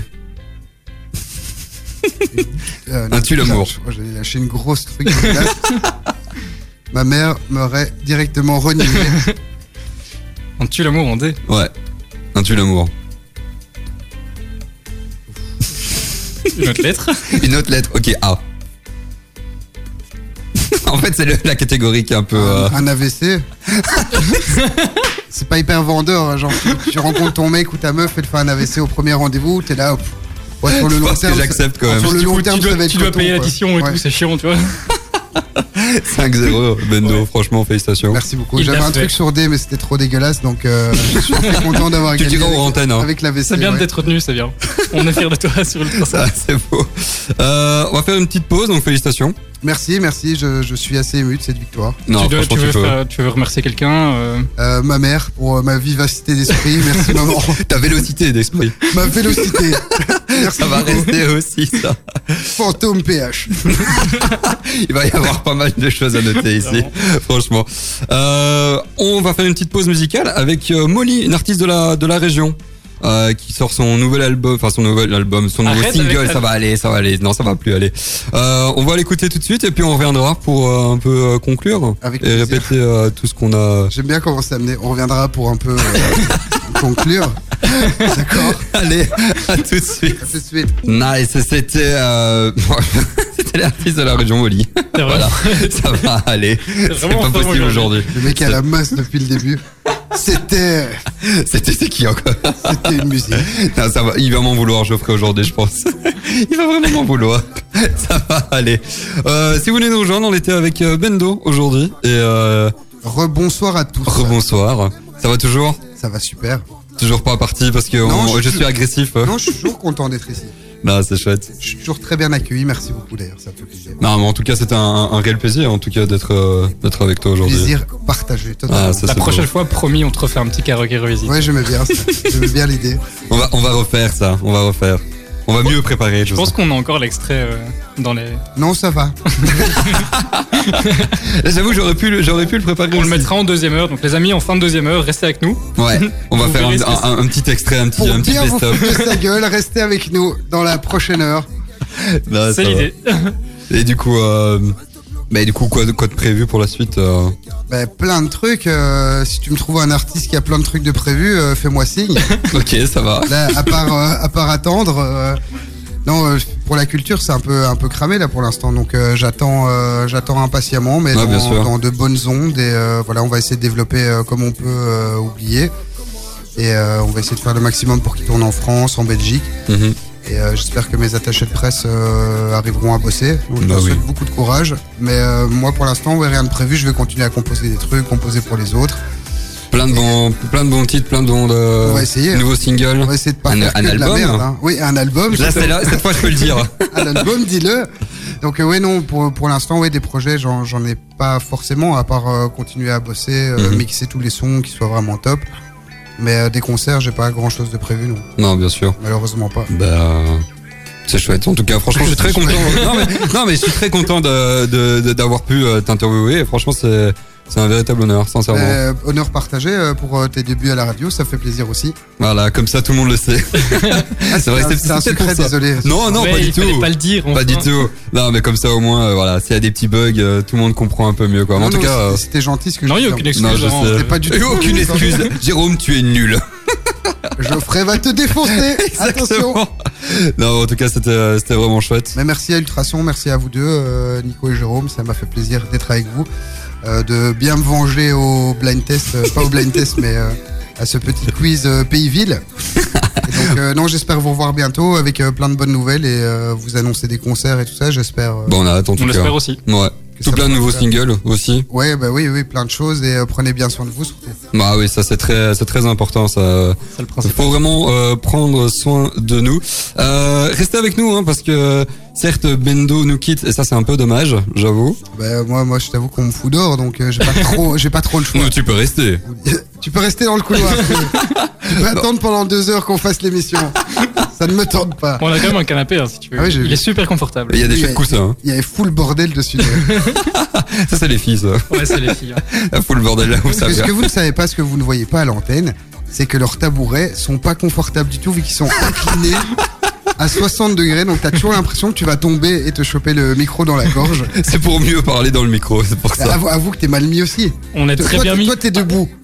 Euh,
Un tue l'amour.
Je crois que j'allais lâcher une grosse truc. de glace. Ma mère m'aurait directement renié.
On tue l'amour en D.
Ouais. Un tue l'amour.
Une autre lettre.
Une autre lettre. Ok, A. En fait, c'est le- la catégorie qui est un peu. euh,
Un A V C. C'est pas hyper vendeur, hein, genre tu, tu rencontres ton mec ou ta meuf, elle te fait un A V C au premier rendez-vous, t'es là. Hop. Ouais, sur le
Je
long
pense que
terme,
j'accepte quand
ça-
même.
Sur le
Du
long
coup,
terme,
tu
ça
dois,
va être
tu dois
coton,
payer
quoi.
l'addition et
Ouais.
tout, c'est chiant, tu vois.
cinq zéro, Bendo, franchement, félicitations.
Merci beaucoup.
Il
J'avais
l'a
un
fait.
truc sur D, mais c'était trop dégueulasse, donc euh, je suis très content d'avoir
Tu le
gagné
diras
avec,
en antenne, hein.
avec l'A V C.
C'est bien
ouais.
d'être retenu, c'est bien. On est fiers de toi sur le
Ça, c'est beau. Euh, on va faire une petite pause, donc félicitations.
Merci, merci. Je, je suis assez ému de cette victoire.
Non,
tu, dois-
franchement,
tu
tu
veux
peux.
faire- tu veux remercier quelqu'un euh,
Euh, ma mère pour euh, ma vivacité d'esprit. Merci maman.
Ta vélocité d'esprit.
Ma vélocité. Merci
Ça va
beaucoup.
rester aussi, ça.
Fantôme P H.
Il va y avoir pas mal de choses à noter ici, franchement. Euh, on va faire une petite pause musicale avec euh, Molly, une artiste de la, de la région. Euh, qui sort son nouvel album, enfin son nouvel album, son nouveau
Arrête
single,
avec
ça
ta-
va aller, ça va aller, non ça va plus aller. Euh, on va l'écouter tout de suite et puis on reviendra pour euh, un peu euh, conclure
Avec
et
plaisir.
répéter euh, tout ce qu'on a.
J'aime bien comment c'est amené. On reviendra pour un peu euh, conclure. D'accord.
Allez, à tout de suite.
À tout de suite.
Nice, c'était euh... c'était l'artiste de la région Molly.
C'est vrai.
Voilà, ça va aller. C'est
vraiment
pas
fort
possible aujourd'hui.
Le mec est à la masse depuis le début. C'était,
C'était c'est qui encore?
c'était une musique.
Non, ça va, il va m'en vouloir, Geoffrey, aujourd'hui, je pense. Il va vraiment m'en vouloir. Ça va aller. Euh, si vous voulez nous rejoindre, on était avec euh, Bendo aujourd'hui. Et euh,
Rebonsoir à tous.
rebonsoir. Ça va toujours?
Ça va super.
Toujours pas parti parce que
Non,
on-
je
je
suis-
suis agressif.
Non, je suis toujours content d'être ici.
Non, c'est chouette.
Je suis toujours très bien accueilli. Merci beaucoup d'ailleurs, ça me fait plaisir.
Non, mais en tout cas, c'était un, un réel plaisir, en tout cas, d'être euh, d'être avec toi aujourd'hui.
Plaisir partagé. Totalement.
Ah, ça,
La
c'est
prochaine
beau.
fois, promis, on te refait un petit karaoké revisite.
Ouais, j'aimais bien ça. J'aimais bien l'idée.
On va, on va refaire ça. On va refaire. On va mieux préparer.
Je pense qu'on a encore l'extrait euh, dans les.
Non, ça va.
J'avoue, j'aurais pu, le- j'aurais pu le préparer.
On le
aussi.
mettra en deuxième heure. Donc les amis, en fin de deuxième heure, restez avec nous.
Ouais. On va
Vous
faire un,
verrez ce que
un- un petit extrait, un petit,
Pour
un petit
bien vous
best-of.
foutre de sa gueule, restez avec nous dans la prochaine heure.
Là,
C'est
ça va.
l'idée.
Et du coup, euh, bah, du coup, quoi, de- quoi de prévu pour la suite euh
Ben, plein de trucs. euh, si tu me trouves un artiste qui a plein de trucs de prévu, euh, fais-moi signe.
Ok, ça va.
Là, à part, euh, à part attendre. euh, non, euh, pour la culture, c'est un peu, un peu cramé là pour l'instant. Donc euh, j'attends, euh, j'attends impatiemment, mais
Ouais, bien
dans,
sûr.
dans de bonnes ondes. Et euh, voilà, on va essayer de développer euh, comme on peut euh, oublier. Et euh, on va essayer de faire le maximum pour qu'il tourne en France, en Belgique.
Mhm.
Et euh, j'espère que mes attachés de presse euh, arriveront à bosser. Donc je
Bah
leur souhaite
oui.
beaucoup de courage. Mais euh, moi, pour l'instant, ouais, rien de prévu. Je vais continuer à composer des trucs, composer pour les autres.
Plein de bons, plein de bons titres, plein de bons de
On va essayer.
nouveaux singles.
On va essayer de pas
Un-
faire
un
que de la
album
merde. Hein. Oui, un album.
Là, c'est là, cette fois, je peux le dire.
Un album, dis-le. Donc euh, ouais, non, pour, pour l'instant, ouais, des projets, j'en, j'en ai pas forcément, à part euh, continuer à bosser, euh,
Mhm.
mixer tous les sons, qui soient vraiment top. Mais euh, des concerts, j'ai pas grand-chose de prévu, non.
Non, bien sûr.
Malheureusement pas.
Bah, c'est chouette. En tout cas, franchement, je suis très content. Non, mais, non, mais je suis très content de, de, de- d'avoir pu euh, t'interviewer. Et franchement, c'est, c'est un véritable honneur, sincèrement.
Euh, honneur partagé euh, pour euh, tes débuts à la radio, ça fait plaisir aussi.
Voilà, comme ça, tout le monde le sait.
Ah,
C'est vrai,
un-
c'est,
c'est un
c'est pour
secret,
ça.
désolé.
Non, non,
Ouais,
pas du
il
tout.
fallait pas le dire.
Pas
enfin.
du tout. Non, mais comme ça, au moins, euh, voilà, s'il y a des petits bugs, euh, tout le monde comprend un peu mieux, quoi. Mais
Non,
en tout
non,
cas, euh,
c'était- c'était gentil ce que
Non,
je
il y a
dis.
aucune excuse.
non, je
vraiment,
sais.
euh,
C'était pas du
Et
tout.
aucune excuse. Jérôme, tu es nul.
Geoffrey va te défoncer. Attention.
Exactement. Non, en tout cas, c'était, c'était vraiment chouette.
Mais merci à Ultrason, merci à vous deux, euh, Nico et Jérôme, ça m'a fait plaisir d'être avec vous, euh, de bien me venger au blind test, euh, pas au blind test, mais euh, à ce petit quiz euh, Pays-Ville. Et donc, euh, non, j'espère vous revoir bientôt avec euh, plein de bonnes nouvelles et euh, vous annoncer des concerts et tout ça, j'espère. euh,
Bon, on a hâte, en tout
On
cas.
l'espère aussi.
Ouais.
que
Tout
ça
plein de
pourra
nouveaux
faire.
singles aussi.
Ouais, bah oui, oui, plein de choses et euh, prenez bien soin de vous surtout.
Bah oui, ça c'est très, c'est très important. Ça,
C'est le
il
principe.
faut vraiment euh, prendre soin de nous. Euh, restez avec nous, hein, parce que certes Bendo nous quitte et ça c'est un peu dommage, j'avoue.
Bah moi, moi, je t'avoue qu'on me fout d'or, donc euh, j'ai pas trop, j'ai pas trop le choix.
Mais tu peux rester.
Tu peux rester dans le couloir. Tu peux attendre pendant deux heures qu'on fasse l'émission. Ça ne me tente pas.
Bon, on a quand même un canapé, hein, si tu veux.
Ah oui, j'ai
il
vu.
est super confortable.
Il y a des
Oui,
chouettes
mais-
coussins. Hein.
Il y avait full bordel dessus.
Ça c'est les filles, ça.
Ouais, c'est les filles. hein.
La full bordel là où ça
Parce
vient.
que vous ne savez pas, ce que vous ne voyez pas à l'antenne, c'est que leurs tabourets sont pas confortables du tout vu qu'ils sont inclinés à soixante degrés. Donc t'as toujours l'impression que tu vas tomber et te choper le micro dans la gorge.
C'est pour mieux parler dans le micro, c'est pour ça.
Avoue, avoue que t'es mal mis aussi.
On est
Toi,
très
toi,
bien
t'es-
mis.
toi, t'es debout.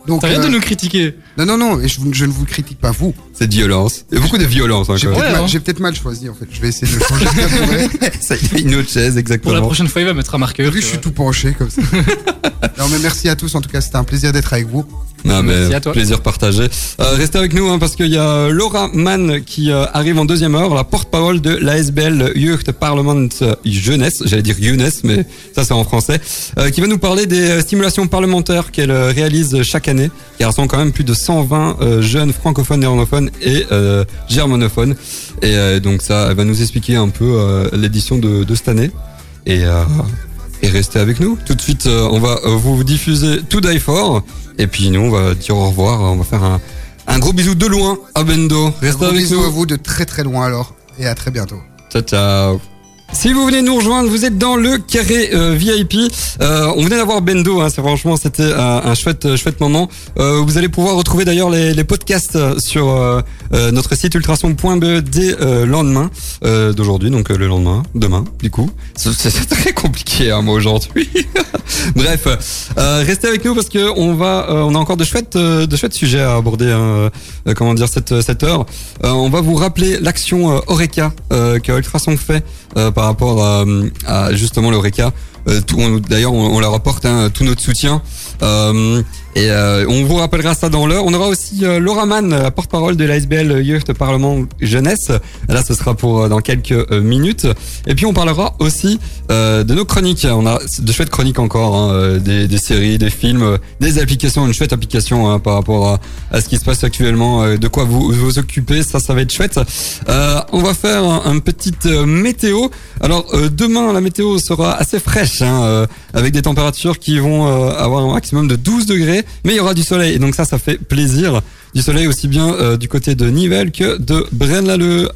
Donc,
T'arrêtes
euh,
de nous critiquer.
Non, non, non, et je, vous- je ne vous critique pas vous.
C'est de violence. Il y a beaucoup de violence. Hein,
J'ai
quand
peut-être
même.
Ouais,
mal,
hein.
j'ai peut-être mal choisi en fait. Je vais essayer de le changer de tabouret.
Ça, il y a une autre chaise,
Pour la
exactement.
prochaine fois, il va mettre un marqueur.
Vu que
tu
je suis
vois.
tout penché comme ça. Non mais merci à tous. En tout cas, c'était un plaisir d'être avec vous.
Non, mais
Merci à toi.
plaisir partagé. Euh, restez avec nous hein, parce qu'il y a Laura Mann qui euh, arrive en deuxième heure, la porte-parole de l'A S B L Youth Parliament Jeunesse, j'allais dire jeunesse, mais ça c'est en français, euh, qui va nous parler des euh, stimulations parlementaires qu'elle euh, réalise chaque année, qui rassemble quand même plus de cent vingt euh, jeunes francophones, néerlandophones et euh, germanophones. Et euh, donc ça, elle va nous expliquer un peu euh, l'édition de, de cette année. Et euh, Et restez avec nous. Tout de suite, euh, on va euh, vous diffuser To Die For. Et puis nous, on va dire au revoir. On va faire un, un gros bisou de loin à Bendo.
Un
Restez
gros
avec
bisous à
nous.
vous de très très loin alors. Et à très bientôt.
Ciao, ciao. Si vous venez nous rejoindre, vous êtes dans le carré euh, V I P. Euh, on venait d'avoir Bendo, hein, c'est franchement c'était un, un chouette euh, chouette moment. Euh, vous allez pouvoir retrouver d'ailleurs les, les podcasts sur euh, euh, notre site ultrason point b dès euh, lendemain euh, d'aujourd'hui, donc euh, le lendemain, demain, du coup. C'est, c'est très compliqué, hein, moi aujourd'hui. Bref, euh, restez avec nous parce que on va, euh, on a encore de chouettes, euh, de chouettes sujets à aborder. Hein, euh, comment dire cette cette heure. Euh, on va vous rappeler l'action euh, Oreca euh, que Ultrason fait. Euh, par rapport à, à justement l'Oreca. Euh, tout- on- d'ailleurs, on, on leur apporte hein, tout notre soutien. Euh, et euh, on vous rappellera ça dans l'heure. On aura aussi euh, Laura Mann, la porte-parole de l'A S B L Youth Parlement Jeunesse. Là, ce sera pour euh, dans quelques euh, minutes. Et puis, on parlera aussi euh, de nos chroniques. On a de chouettes chroniques encore, hein, euh, des, des séries, des films, euh, des applications, une chouette application hein, par rapport à, à ce qui se passe actuellement, euh, de quoi vous vous occupez. Ça, ça va être chouette. Euh, on va faire un, un petit euh, météo. Alors, euh, demain, la météo sera assez fraîche, hein, euh, avec des températures qui vont euh, avoir un maximum de douze degrés, mais il y aura du soleil. Et donc ça, ça fait plaisir. Du soleil aussi bien euh, du côté de Nivelles que de Braine-l'Alleud.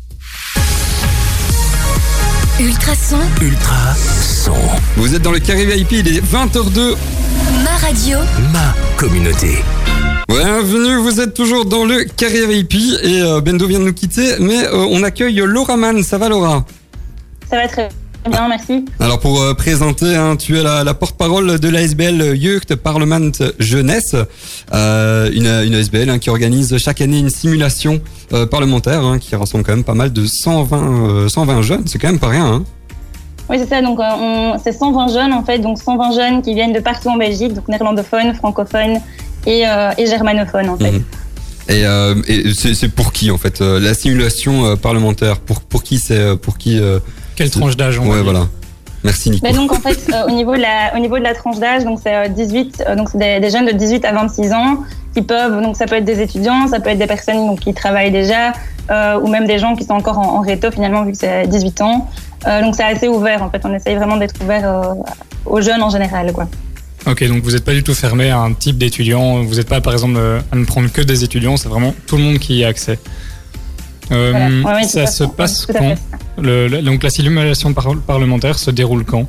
Ultrason,
Ultra son.
Vous êtes dans le carré V I P, il est vingt heures deux.
ma radio.
Ma communauté.
Bienvenue, vous êtes toujours dans le carré V I P et euh, Bendo vient de nous quitter, mais euh, on accueille Laura Mann. Ça va, Laura?
Ça va très bien, merci.
Alors pour euh, présenter, hein, tu es la, la porte-parole de l'A S B L Youth Parlement Jeunesse, euh, une, une A S B L hein, qui organise chaque année une simulation euh, parlementaire hein, qui rassemble quand même pas mal de cent vingt, euh, cent vingt jeunes, c'est quand même pas rien. Hein.
Oui, c'est ça. Donc, euh, on, c'est cent vingt jeunes, en fait. Donc, cent vingt jeunes qui viennent de partout en Belgique, donc néerlandophones, francophones et, euh, et germanophones, en fait.
Mhm. Et, euh, et c'est, c'est pour qui en fait euh, la simulation euh, parlementaire? Pour pour qui c'est euh, pour qui euh,
Quelle tranche d'âge on va
Ouais,
dire.
voilà. Merci Nico.
Mais donc, en fait, euh, au, niveau de la, au niveau de la tranche d'âge, donc c'est euh, dix-huit, euh, donc c'est des, des jeunes de dix-huit à vingt-six ans qui peuvent, donc ça peut être des étudiants, ça peut être des personnes donc, qui travaillent déjà, euh, ou même des gens qui sont encore en, en réto finalement, vu que c'est dix-huit ans. Euh, donc, c'est assez ouvert, en fait. On essaye vraiment d'être ouvert euh, aux jeunes en général, quoi.
Ok, donc vous n'êtes pas du tout fermé à un type d'étudiant. Vous n'êtes pas, par exemple, euh, à ne prendre que des étudiants. C'est vraiment tout le monde qui y a accès. Euh,
Voilà. Ouais, oui, tout
ça
à
se
fait.
passe
Tout à
quand
fait.
le, le- Donc la simulation par- parlementaire se déroule quand?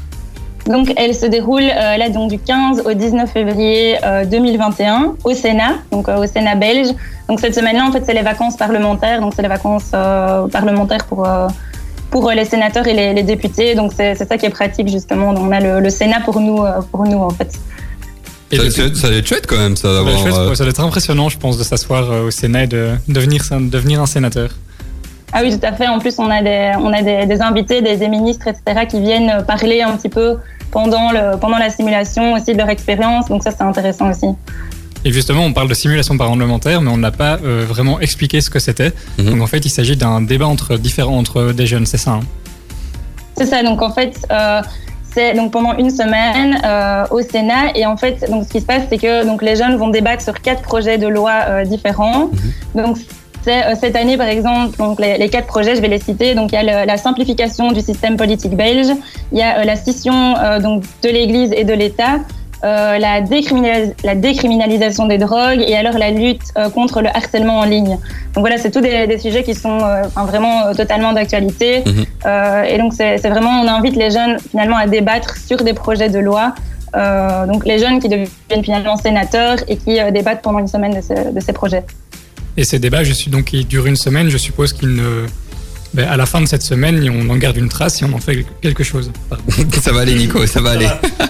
Donc, elle se déroule euh, là donc du quinze au dix-neuf février euh, deux mille vingt et un au Sénat, donc euh, au Sénat belge. Donc cette semaine-là, en fait, c'est les vacances parlementaires, donc c'est les vacances euh, parlementaires pour euh, pour les sénateurs et les, les députés. Donc c'est, c'est ça qui est pratique justement. Donc, on a le, le Sénat pour nous euh, pour nous en fait.
Et
Ça,
le-
ça, ça allait être chouette quand même ça
ça doit
d'avoir.
être chouette,
euh,
ouais, ça doit être impressionnant, je pense, de s'asseoir euh, au Sénat et de devenir, devenir un sénateur.
Ah oui, tout à fait. En plus, on a des on a des, des invités, des, des ministres, et cetera, qui viennent parler un petit peu pendant le pendant la simulation aussi de leur expérience. Donc ça, c'est intéressant aussi.
Et justement, on parle de simulation parlementaire, mais on n'a pas euh, vraiment expliqué ce que c'était.
Mhm.
Donc en fait, il s'agit d'un débat entre différents entre des jeunes, c'est ça hein?
C'est ça. Donc en fait, euh, c'est donc pendant une semaine euh, au Sénat. Et en fait, donc ce qui se passe, c'est que donc les jeunes vont débattre sur quatre projets de loi euh, différents. Donc c'est, euh, cette année, par exemple, donc les, les quatre projets, je vais les citer. Donc il y a le- la simplification du système politique belge, il y a euh, la scission euh, donc de l'Église et de l'État. Euh, la, décriminalis- la décriminalisation des drogues et alors la lutte euh, contre le harcèlement en ligne. Donc voilà, c'est tous des, des sujets qui sont euh, enfin, vraiment euh, totalement d'actualité.
Mhm.
Euh, et donc c'est, c'est vraiment, on invite les jeunes finalement à débattre sur des projets de loi. Euh, donc les jeunes qui deviennent finalement sénateurs et qui euh, débattent pendant une semaine de, ce- de ces projets.
Et ces débats, je suis, donc, qui durent une semaine, je suppose qu'ils ne... Ben, à la fin de cette semaine, on en garde une trace et on en fait quelque chose. Pardon.
Ça va aller Nico, ça va aller.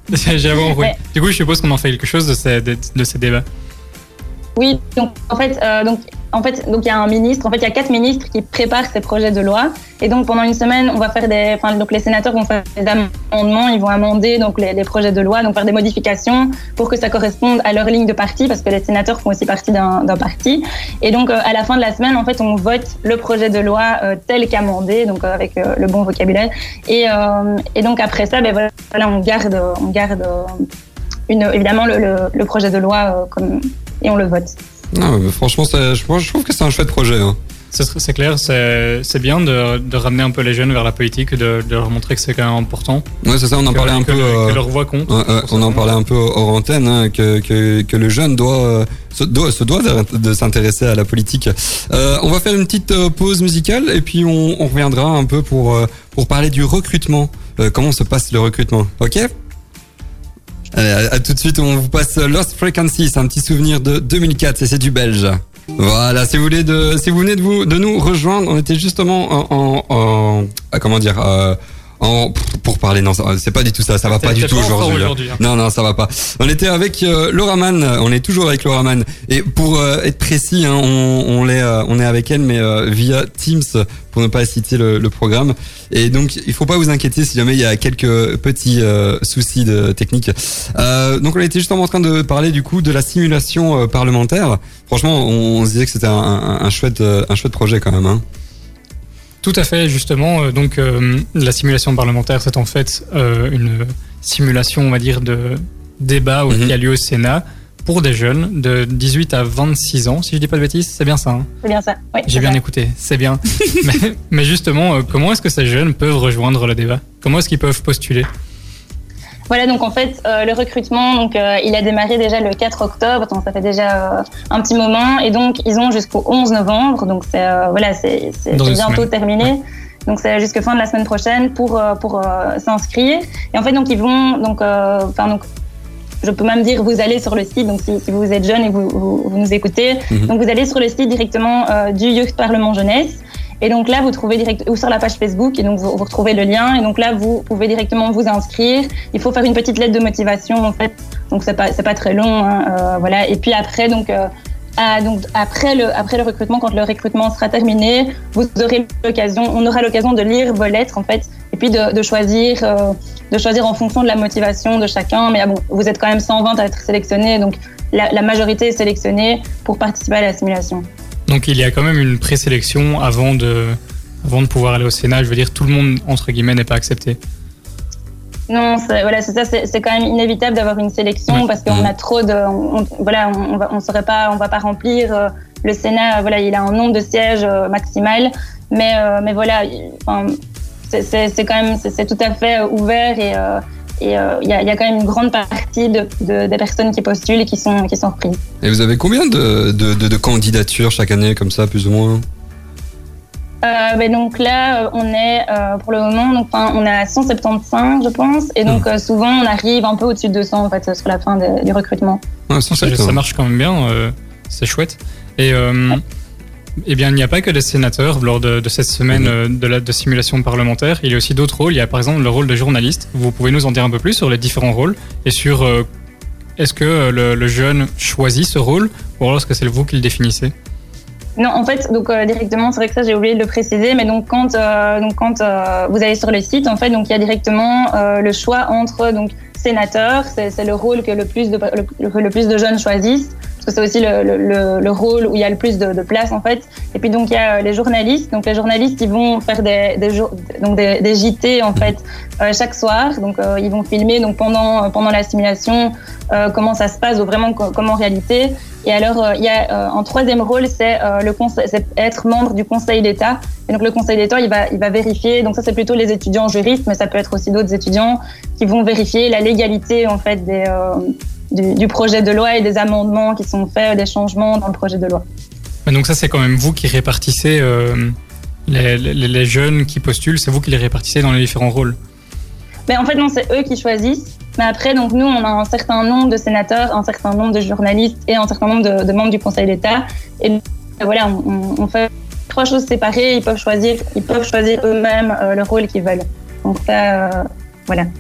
J'avoue, oui.
Ouais.
Du coup, je suppose qu'on en fait quelque chose de ces, de, de ces débats.
Oui, donc en fait, euh, donc en fait, donc il y a un ministre. En fait, il y a quatre ministres qui préparent ces projets de loi. Et donc pendant une semaine, on va faire des, enfin donc les sénateurs vont faire des amendements, ils vont amender donc les, les projets de loi, donc faire des modifications pour que ça corresponde à leur ligne de parti, parce que les sénateurs font aussi partie d'un, d'un parti. Et donc euh, à la fin de la semaine, en fait, on vote le projet de loi euh, tel qu'amendé, donc euh, avec euh, le bon vocabulaire. Et euh, et donc après ça, ben voilà, on garde, on garde euh, une, évidemment le, le, le projet de loi euh, comme et on le vote.
Non, mais franchement, c'est, je, je trouve que c'est un chouette projet. Hein.
C'est, c'est clair, c'est, c'est bien de, de ramener un peu les jeunes vers la politique, de, de leur montrer que c'est quand même important.
Ouais, c'est ça, on en
que,
parlait un
que
peu.
Le,
euh,
que leur voix compte.
Ouais, ouais, on en parlait un peu hors antenne, hein, que, que, que le jeune doit, euh, se doit, se doit de, de s'intéresser à la politique. Euh, on va faire une petite euh, pause musicale et puis on, on reviendra un peu pour, euh, pour parler du recrutement. Euh, comment se passe le recrutement, ok ? Allez, à, à tout de suite, on vous passe Lost Frequency, c'est un petit souvenir de deux mille quatre et c'est du belge. Voilà, si vous voulez de, si vous venez de vous, de nous rejoindre, on était justement en, en, en ah, comment dire, euh, en, pour parler, non, c'est pas du tout ça, ça va pas du tout aujourd'hui. aujourd'hui hein. Non, non, ça va pas. On était avec euh, Laura Mann, on est toujours avec Laura Mann. Et pour euh, être précis, hein, on, on, est, euh, on est avec elle, mais euh, via Teams, pour ne pas citer le, le programme. Et donc, il faut pas vous inquiéter si jamais il y a quelques petits euh, soucis de technique. Euh, donc, on était justement en train de parler du coup de la simulation euh, parlementaire. Franchement, on, on se disait que c'était un, un, un chouette, euh, un chouette projet quand même. Hein.
Tout à fait, justement. Donc, euh, la simulation parlementaire, c'est en fait euh, une simulation, on va dire, de débat mm-hmm. qui a lieu au Sénat pour des jeunes de dix-huit à vingt-six ans, si je dis pas de bêtises, c'est bien ça. Hein
c'est bien ça, oui.
J'ai bien
vrai.
écouté, c'est bien. mais, mais justement, euh, comment est-ce que ces jeunes peuvent rejoindre le débat ? Comment est-ce qu'ils peuvent postuler ?
Voilà, donc en fait, euh, le recrutement, donc euh, il a démarré déjà le quatre octobre, donc ça fait déjà euh, un petit moment, et donc ils ont jusqu'au onze novembre, donc c'est euh, voilà, c'est, c'est, c'est bientôt semaine. terminé. Ouais. Donc c'est jusqu'à fin de la semaine prochaine pour euh, pour euh, s'inscrire. Et en fait, donc ils vont donc enfin euh, donc je peux même dire vous allez sur le site, donc si, si vous êtes jeune et vous, vous, vous nous écoutez, mmh. donc vous allez sur le site directement euh, du Youth Parlement Jeunesse. Et donc là, vous trouvez direct ou sur la page Facebook, et donc vous, vous retrouvez le lien. Et donc là, vous pouvez directement vous inscrire. Il faut faire une petite lettre de motivation en fait, donc c'est pas c'est pas très long, hein, euh, voilà. Et puis après, donc, euh, à, donc après le après le recrutement, quand le recrutement sera terminé, vous aurez l'occasion, on aura l'occasion de lire vos lettres en fait, et puis de, de choisir euh, de choisir en fonction de la motivation de chacun. Mais ah bon, vous êtes quand même cent vingt à être sélectionnés, donc la, la majorité est sélectionnée pour participer à la simulation.
Donc il y a quand même une présélection avant de, avant de pouvoir aller au Sénat. Je veux dire, tout le monde, entre guillemets, n'est pas accepté.
Non, c'est, voilà, c'est ça, c'est, c'est quand même inévitable d'avoir une sélection ouais. parce qu'on a trop de... On, voilà, on, on, va, on saurait pas, on va pas remplir. Euh, le Sénat, voilà, il a un nombre de sièges euh, maximal. Mais, euh, mais voilà, enfin, c'est, c'est, c'est quand même... C'est, c'est tout à fait ouvert et... Euh, Et il euh, y, y a quand même une grande partie de, de, des personnes qui postulent et qui sont, qui sont reprises.
Et vous avez combien de, de, de, de candidatures chaque année, comme ça, plus ou moins ?
euh, ben donc là, on est, euh, pour le moment, donc, on est à cent soixante-quinze, je pense. Et donc, mmh. euh, souvent, on arrive un peu au-dessus de deux cents, en fait, sur la fin de, du recrutement.
Ah, ça, ça, ça marche quand même bien. Euh, c'est chouette. Et... Euh, ouais. Eh bien, il n'y a pas que des sénateurs lors de, de cette semaine mmh. de, la, de simulation parlementaire. Il y a aussi d'autres rôles. Il y a par exemple le rôle de journaliste. Vous pouvez nous en dire un peu plus sur les différents rôles et sur euh, est-ce que le, le jeune choisit ce rôle ou alors est-ce que c'est vous qui le définissez ?
Non, en fait, donc euh, directement, c'est vrai que ça j'ai oublié de le préciser, mais donc quand euh, donc quand euh, vous allez sur le site, en fait, donc il y a directement euh, le choix entre donc sénateur, c'est, c'est le rôle que le plus de le, le plus de jeunes choisissent. Parce que c'est aussi le, le, le rôle où il y a le plus de, de place en fait. Et puis donc il y a les journalistes. Donc les journalistes ils vont faire des, des, donc des, des J T en fait euh, chaque soir. Donc euh, ils vont filmer donc pendant pendant la simulation euh, comment ça se passe vraiment comme en réalité. Et alors euh, il y a euh, un troisième rôle, c'est euh, le conseil, c'est être membre du Conseil d'État. Et donc le Conseil d'État il va il va vérifier. Donc ça c'est plutôt les étudiants juristes, mais ça peut être aussi d'autres étudiants qui vont vérifier la légalité en fait des euh, Du, du projet de loi et des amendements qui sont faits, des changements dans le projet de loi.
Donc ça, c'est quand même vous qui répartissez euh, les, les, les jeunes qui postulent, c'est vous qui les répartissez dans les différents rôles.
Mais en fait, non, c'est eux qui choisissent. Mais après, donc nous, on a un certain nombre de sénateurs, un certain nombre de journalistes et un certain nombre de, de membres du Conseil d'État. Et voilà, on, on fait trois choses séparées. Ils peuvent choisir, ils peuvent choisir eux-mêmes euh, le rôle qu'ils veulent. Donc ça, euh, voilà.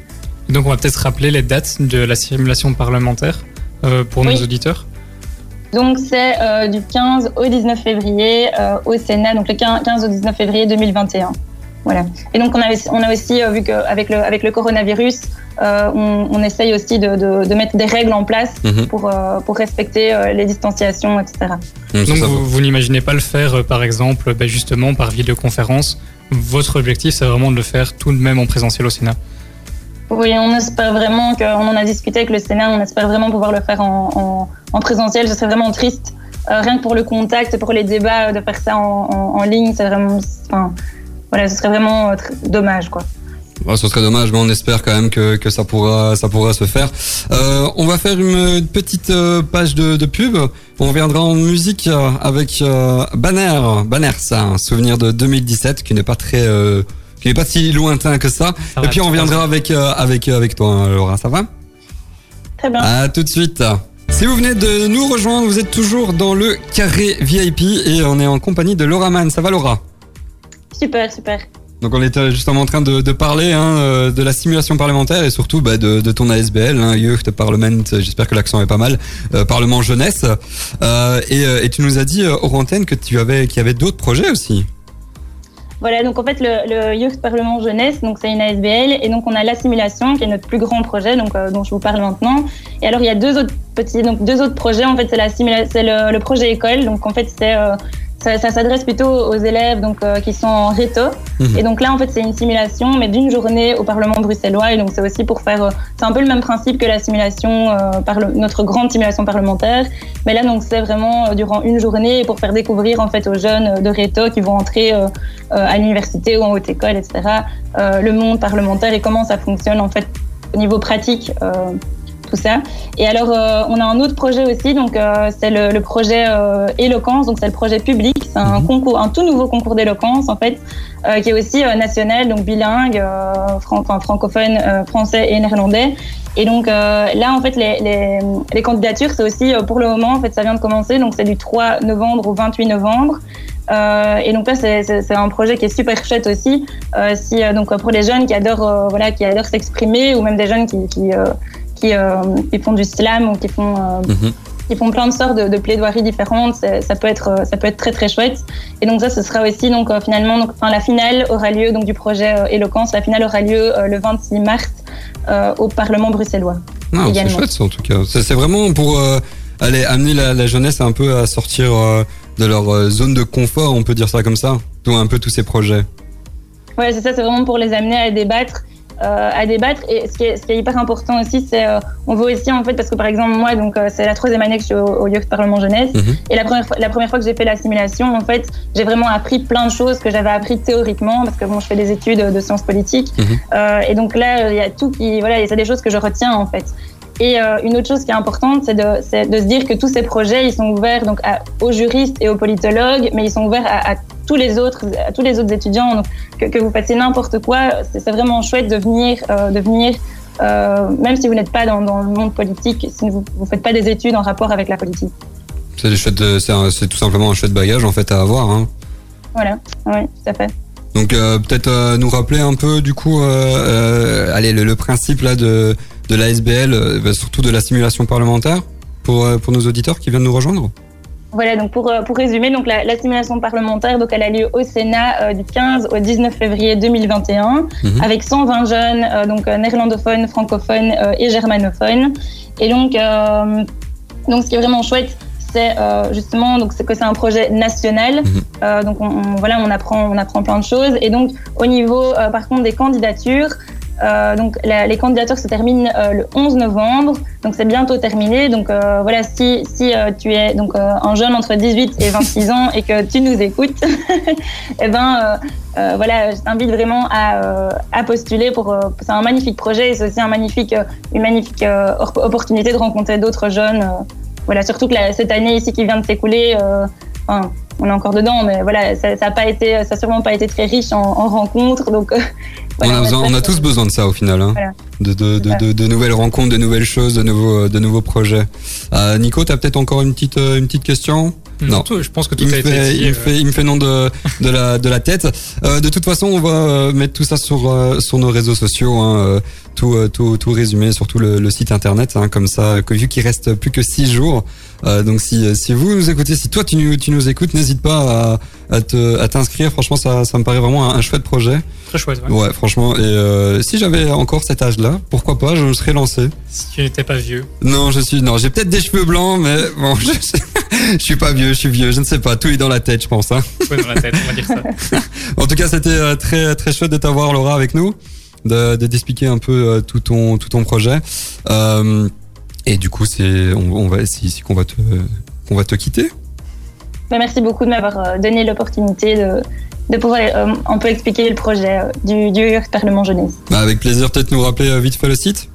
Donc on va peut-être rappeler les dates de la simulation parlementaire euh, pour
Oui.
nos auditeurs.
Donc c'est euh, du quinze au dix-neuf février euh, au Sénat, donc le quinze au dix-neuf février deux mille vingt et un. Voilà. Et donc on a aussi, on a aussi euh, vu qu'avec le, avec le coronavirus, euh, on, on essaye aussi de, de, de mettre des règles en place
Mhm.
pour, euh, pour respecter euh, les distanciations, et cetera.
Mmh,
Donc
ça,
vous, vous n'imaginez pas le faire, euh, par exemple, ben, justement par vidéoconférence. Votre objectif, c'est vraiment de le faire tout de même en présentiel au Sénat.
Oui, on espère vraiment qu'on en a discuté avec le Sénat, on espère vraiment pouvoir le faire en, en, en présentiel. Ce serait vraiment triste, euh, rien que pour le contact, pour les débats, de faire ça en, en, en ligne, c'est vraiment, enfin, voilà, ce serait vraiment euh, tr- dommage, quoi.
Ouais, ce serait dommage, mais on espère quand même que, que ça pourra, ça pourra se faire. Euh, on va faire une, une petite euh, page de, de pub. On reviendra en musique euh, avec euh, Banner. Banner, ça, un souvenir de deux mille dix-sept qui n'est pas très, euh, qui n'est pas si lointain que ça.
Ça
Et
va,
puis on
tu
reviendra avec, euh, avec, euh, avec toi, hein, Laura. Ça va?
Très bien.
À tout de suite. Si vous venez de nous rejoindre, vous êtes toujours dans le carré V I P et on est en compagnie de Laura Mann. Ça va, Laura?
Super, super.
Donc on était justement en train de, de parler hein, euh, de la simulation parlementaire et surtout bah, de, de ton A S B L, hein, Youth Parliament, j'espère que l'accent est pas mal, euh, Parlement Jeunesse. Euh, et, euh, et tu nous as dit, euh, hors antenne, que tu avais, qu'il y avait d'autres projets aussi.
Voilà, donc en fait, le, le Youth Parlement Jeunesse, donc c'est une A S B L, et donc on a l'assimilation, qui est notre plus grand projet, donc euh, dont je vous parle maintenant. Et alors il y a deux autres petits, donc deux autres projets. En fait, c'est la simula- c'est le, le projet école. Donc en fait, c'est euh, ça, ça s'adresse plutôt aux élèves donc euh, qui sont en réto.
Mhm.
Et donc là, en fait, c'est une simulation, mais d'une journée au Parlement bruxellois. Et donc c'est aussi pour faire, euh, c'est un peu le même principe que la simulation, euh, parle- notre grande simulation parlementaire. Mais là, donc c'est vraiment euh, durant une journée pour faire découvrir en fait aux jeunes de réto qui vont entrer euh, euh, à l'université ou en haute école, et cetera. Euh, le monde parlementaire et comment ça fonctionne en fait au niveau pratique. Euh, tout ça. Et alors, euh, on a un autre projet aussi, donc euh, c'est le, le projet euh, Éloquence, donc c'est le projet public, c'est un
Mhm.
concours, un tout nouveau concours d'éloquence en fait, euh, qui est aussi euh, national, donc bilingue, euh, fran- enfin, francophone, euh, français et néerlandais. Et donc euh, là, en fait, les, les, les candidatures, c'est aussi euh, pour le moment, en fait, ça vient de commencer, donc c'est du trois novembre au vingt-huit novembre. Euh, et donc là, c'est, c'est, c'est un projet qui est super chouette aussi, euh, si euh, donc pour les jeunes qui adorent, euh, voilà, qui adorent s'exprimer, ou même des jeunes qui, qui euh, Qui, euh, qui font du slam ou qui font, euh,
Mhm.
qui font plein de sortes de, de plaidoiries différentes. C'est, ça peut être, euh, ça peut être très très chouette. Et donc ça, ce sera aussi donc euh, finalement, donc, enfin, la finale aura lieu donc du projet euh, Éloquence. La finale aura lieu euh, le vingt-six mars euh, au Parlement bruxellois.
Ah, c'est
Également.
chouette ça en tout cas. C'est, c'est vraiment pour euh, aller amener la, la jeunesse un peu à sortir euh, de leur euh, zone de confort, on peut dire ça comme ça. D'où un peu tous ces projets.
Ouais, c'est ça. C'est vraiment pour les amener à débattre. Euh, à débattre et ce qui est, ce qui est hyper important aussi, c'est euh, on veut aussi en fait, parce que par exemple moi donc euh, c'est la troisième année que je suis au, au Youth Parlement Jeunesse.
Mhm.
Et la première fois, la première fois que j'ai fait la simulation, en fait, j'ai vraiment appris plein de choses que j'avais appris théoriquement, parce que bon, je fais des études de sciences politiques.
Mhm.
Euh, et donc là, il y a tout qui, voilà, et c'est des choses que je retiens en fait. Et euh, une autre chose qui est importante, c'est de, c'est de se dire que tous ces projets, ils sont ouverts donc à, aux juristes et aux politologues, mais ils sont ouverts à, à tous les autres, à tous les autres étudiants. Donc que, que vous fassiez n'importe quoi, c'est, c'est vraiment chouette de venir, euh, de venir. Euh, même si vous n'êtes pas dans, dans le monde politique, si vous ne faites pas des études en rapport avec la politique.
C'est, des chouettes, euh, c'est, un- c'est tout simplement un chouette bagage en fait à avoir. Hein.
Voilà, oui, tout à fait.
Donc euh, peut-être euh, nous rappeler un peu du coup, euh, euh, allez, le, le principe là de de l'A S B L, euh, bah, surtout de la simulation parlementaire pour euh, pour nos auditeurs qui viennent nous rejoindre.
Voilà, donc pour, euh, pour résumer, donc la, la simulation parlementaire, donc elle a lieu au Sénat euh, du quinze au dix-neuf février deux mille vingt et un,
Mhm.
avec cent vingt jeunes, euh, donc euh, néerlandophones, francophones euh, et germanophones. Et donc, euh, donc ce qui est vraiment chouette, c'est euh, justement donc c'est que c'est un projet national.
Mhm.
Euh, donc on, on- voilà, on apprend on apprend plein de choses. Et donc au niveau euh, par contre des candidatures. Euh, donc la, les candidatures se terminent euh, le onze novembre, donc c'est bientôt terminé. Donc euh, voilà, si si euh, tu es donc euh, un jeune entre dix-huit et vingt-six ans et que tu nous écoutes, eh ben euh, euh, voilà, je t'invite vraiment à, euh, à postuler pour. Euh, c'est un magnifique projet et c'est aussi un magnifique euh, une magnifique euh, op- opportunité de rencontrer d'autres jeunes. Euh, voilà, surtout que la, cette année ici qui vient de s'écouler. Euh, enfin, on est encore dedans, mais voilà, ça, ça a pas été, ça a sûrement pas été très riche en, en rencontres, donc. Euh, voilà,
on a, besoin, on a tous besoin de ça au final, hein.
Voilà.
de, de, de,
C'est ça.
de, de nouvelles rencontres, de nouvelles choses, de nouveaux, de nouveaux projets. Euh, Nico, t'as peut-être encore une petite, euh, une petite question Non.
Tout, je pense que tout
Il
a
me
été
fait,
dit.
il me
euh,
fait, il me fait nom de, de la, de la tête. Euh, de toute façon, on va euh, mettre tout ça sur, euh, sur nos réseaux sociaux, hein, euh, tout, euh, tout, tout résumé, surtout le, le site internet, hein, comme ça, que, vu qu'il reste plus que six jours. Euh, donc si, si vous nous écoutez, si toi tu nous, tu nous écoutes, n'hésite pas à, à te, à t'inscrire. Franchement, ça, ça me paraît vraiment un, un chouette projet.
Très chouette, ouais.
Ouais, franchement. Et euh, si j'avais encore cet âge-là, pourquoi pas, je me serais lancé.
Si tu n'étais pas vieux.
Non, je suis, non, j'ai peut-être des cheveux blancs, mais bon, je, je suis pas vieux, je suis vieux, je ne sais pas, tout est dans la tête, je pense. Hein.
Ouais, dans la tête, on va dire ça.
En tout cas, c'était euh, très très chouette de t'avoir, Laura, avec nous, de, de t'expliquer un peu euh, tout ton tout ton projet. Euh, et du coup, c'est, on, on va, c'est ici qu'on va te qu'on va te quitter.
Mais merci beaucoup de m'avoir euh, donné l'opportunité de, de pouvoir euh, un peu expliquer le projet euh, du, du Youth Parlement Jeunesse.
Bah, avec plaisir, peut-être nous rappeler euh, vite fait le site.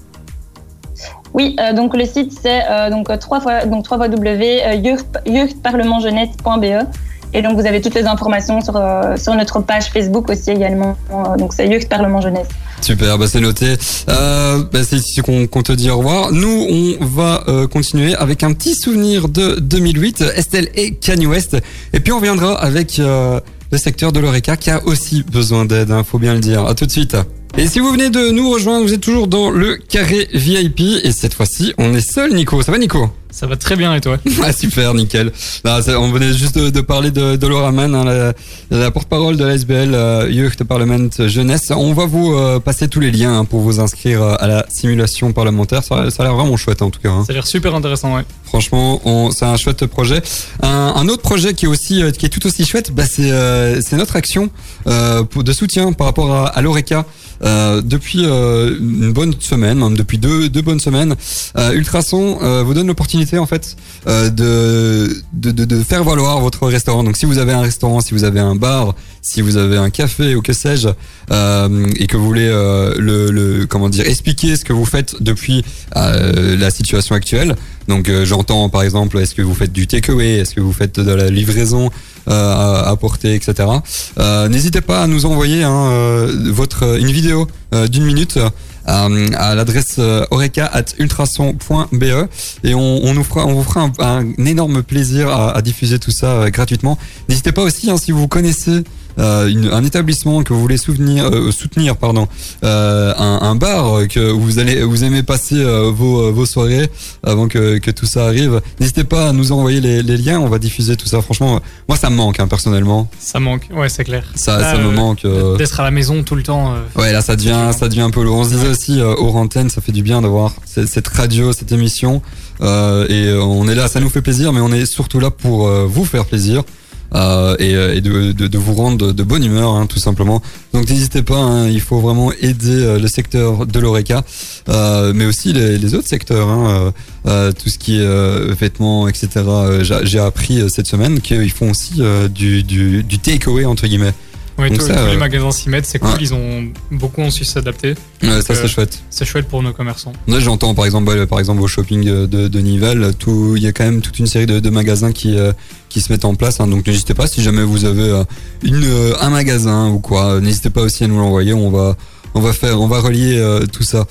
Oui, euh, donc le site c'est euh, donc trois fois donc trois fois w youth parlement jeunesse point b e et donc vous avez toutes les informations sur euh, sur notre page Facebook aussi également. Euh, donc c'est Youth Parlement Jeunesse.
Super, bah c'est noté. Euh, bah c'est ici qu'on, qu'on te dit au revoir. Nous, on va euh, continuer avec un petit souvenir de deux mille huit, Estelle et Kanye West. Et puis on reviendra avec euh, le secteur de l'Horeca qui a aussi besoin d'aide, hein, faut bien le dire. À tout de suite. Et si vous venez de nous rejoindre, vous êtes toujours dans le carré V I P. Et cette fois-ci, on est seul, Nico. Ça va, Nico?
Ça va très bien, et toi?
Ah, super, nickel. Là, ça, on venait juste de, de parler de, de Laura Mann, hein, la, la porte-parole de l'A S B L euh, Youth Parlement Jeunesse. On va vous euh, passer tous les liens, hein, pour vous inscrire à la simulation parlementaire. Ça, ça a l'air vraiment chouette, en tout cas. Hein.
Ça a l'air super intéressant, ouais.
Franchement, on, c'est un chouette projet. Un, un autre projet qui est aussi, euh, qui est tout aussi chouette, bah, c'est, euh, c'est notre action euh, pour, de soutien par rapport à, à l'Horeca. Euh, depuis euh, une bonne semaine, même depuis deux, deux bonnes semaines, euh, Ultrason euh, vous donne l'opportunité en fait euh, de, de, de, de faire valoir votre restaurant. Donc si vous avez un restaurant, si vous avez un bar, si vous avez un café ou que sais-je, euh, et que vous voulez euh, le, le comment dire expliquer ce que vous faites depuis euh, la situation actuelle. Donc euh, j'entends par exemple, est-ce que vous faites du takeaway, est-ce que vous faites de la livraison euh, à, à porter, et cetera. Euh, n'hésitez pas à nous envoyer hein, euh, votre une vidéo euh, d'une minute euh, à l'adresse euh, horeca arobase ultrason point b e et on, on nous fera, on vous fera un, un énorme plaisir à, à diffuser tout ça euh, gratuitement. N'hésitez pas aussi hein, si vous connaissez Euh, une, un établissement que vous voulez souvenir, euh, soutenir, pardon, euh, un, un bar que vous allez, vous aimez passer euh, vos, vos soirées avant que, que tout ça arrive. N'hésitez pas à nous envoyer les, les liens, on va diffuser tout ça. Franchement, moi ça me manque hein, personnellement.
Ça manque, ouais, c'est clair.
Ça,
Là,
ça me
euh,
manque. Euh...
D'être à la maison tout le temps. Euh...
Ouais, là ça devient, ça devient un peu lourd. On se disait aussi euh, hors antenne, ça fait du bien d'avoir cette, cette radio, cette émission, euh, et on est là, ça nous fait plaisir, mais on est surtout là pour euh, vous faire plaisir. Euh, et, et de, de, de vous rendre de, de bonne humeur hein, tout simplement. Donc n'hésitez pas, hein, il faut vraiment aider euh, le secteur de l'Horeca, euh, mais aussi les, les autres secteurs, hein, euh, euh, tout ce qui est euh, vêtements, et cetera. Euh, j'ai, j'ai appris euh, cette semaine qu'ils font aussi euh, du, du, du take-away entre guillemets.
Ouais, tous,
ça,
tous
euh,
les magasins s'y mettent, c'est cool,
ouais.
Ils ont beaucoup ont su s'adapter.
Ouais, ça
euh,
c'est chouette.
C'est chouette pour nos commerçants.
Là, j'entends par exemple, bah, par exemple au shopping de, de Nivelles, tout, il y a quand même toute une série de, de magasins qui euh, qui se mettent en place. Hein, donc n'hésitez pas si jamais vous avez euh, une euh, un magasin ou quoi, n'hésitez pas aussi à nous l'envoyer. On va on va faire, on va relier euh, tout ça.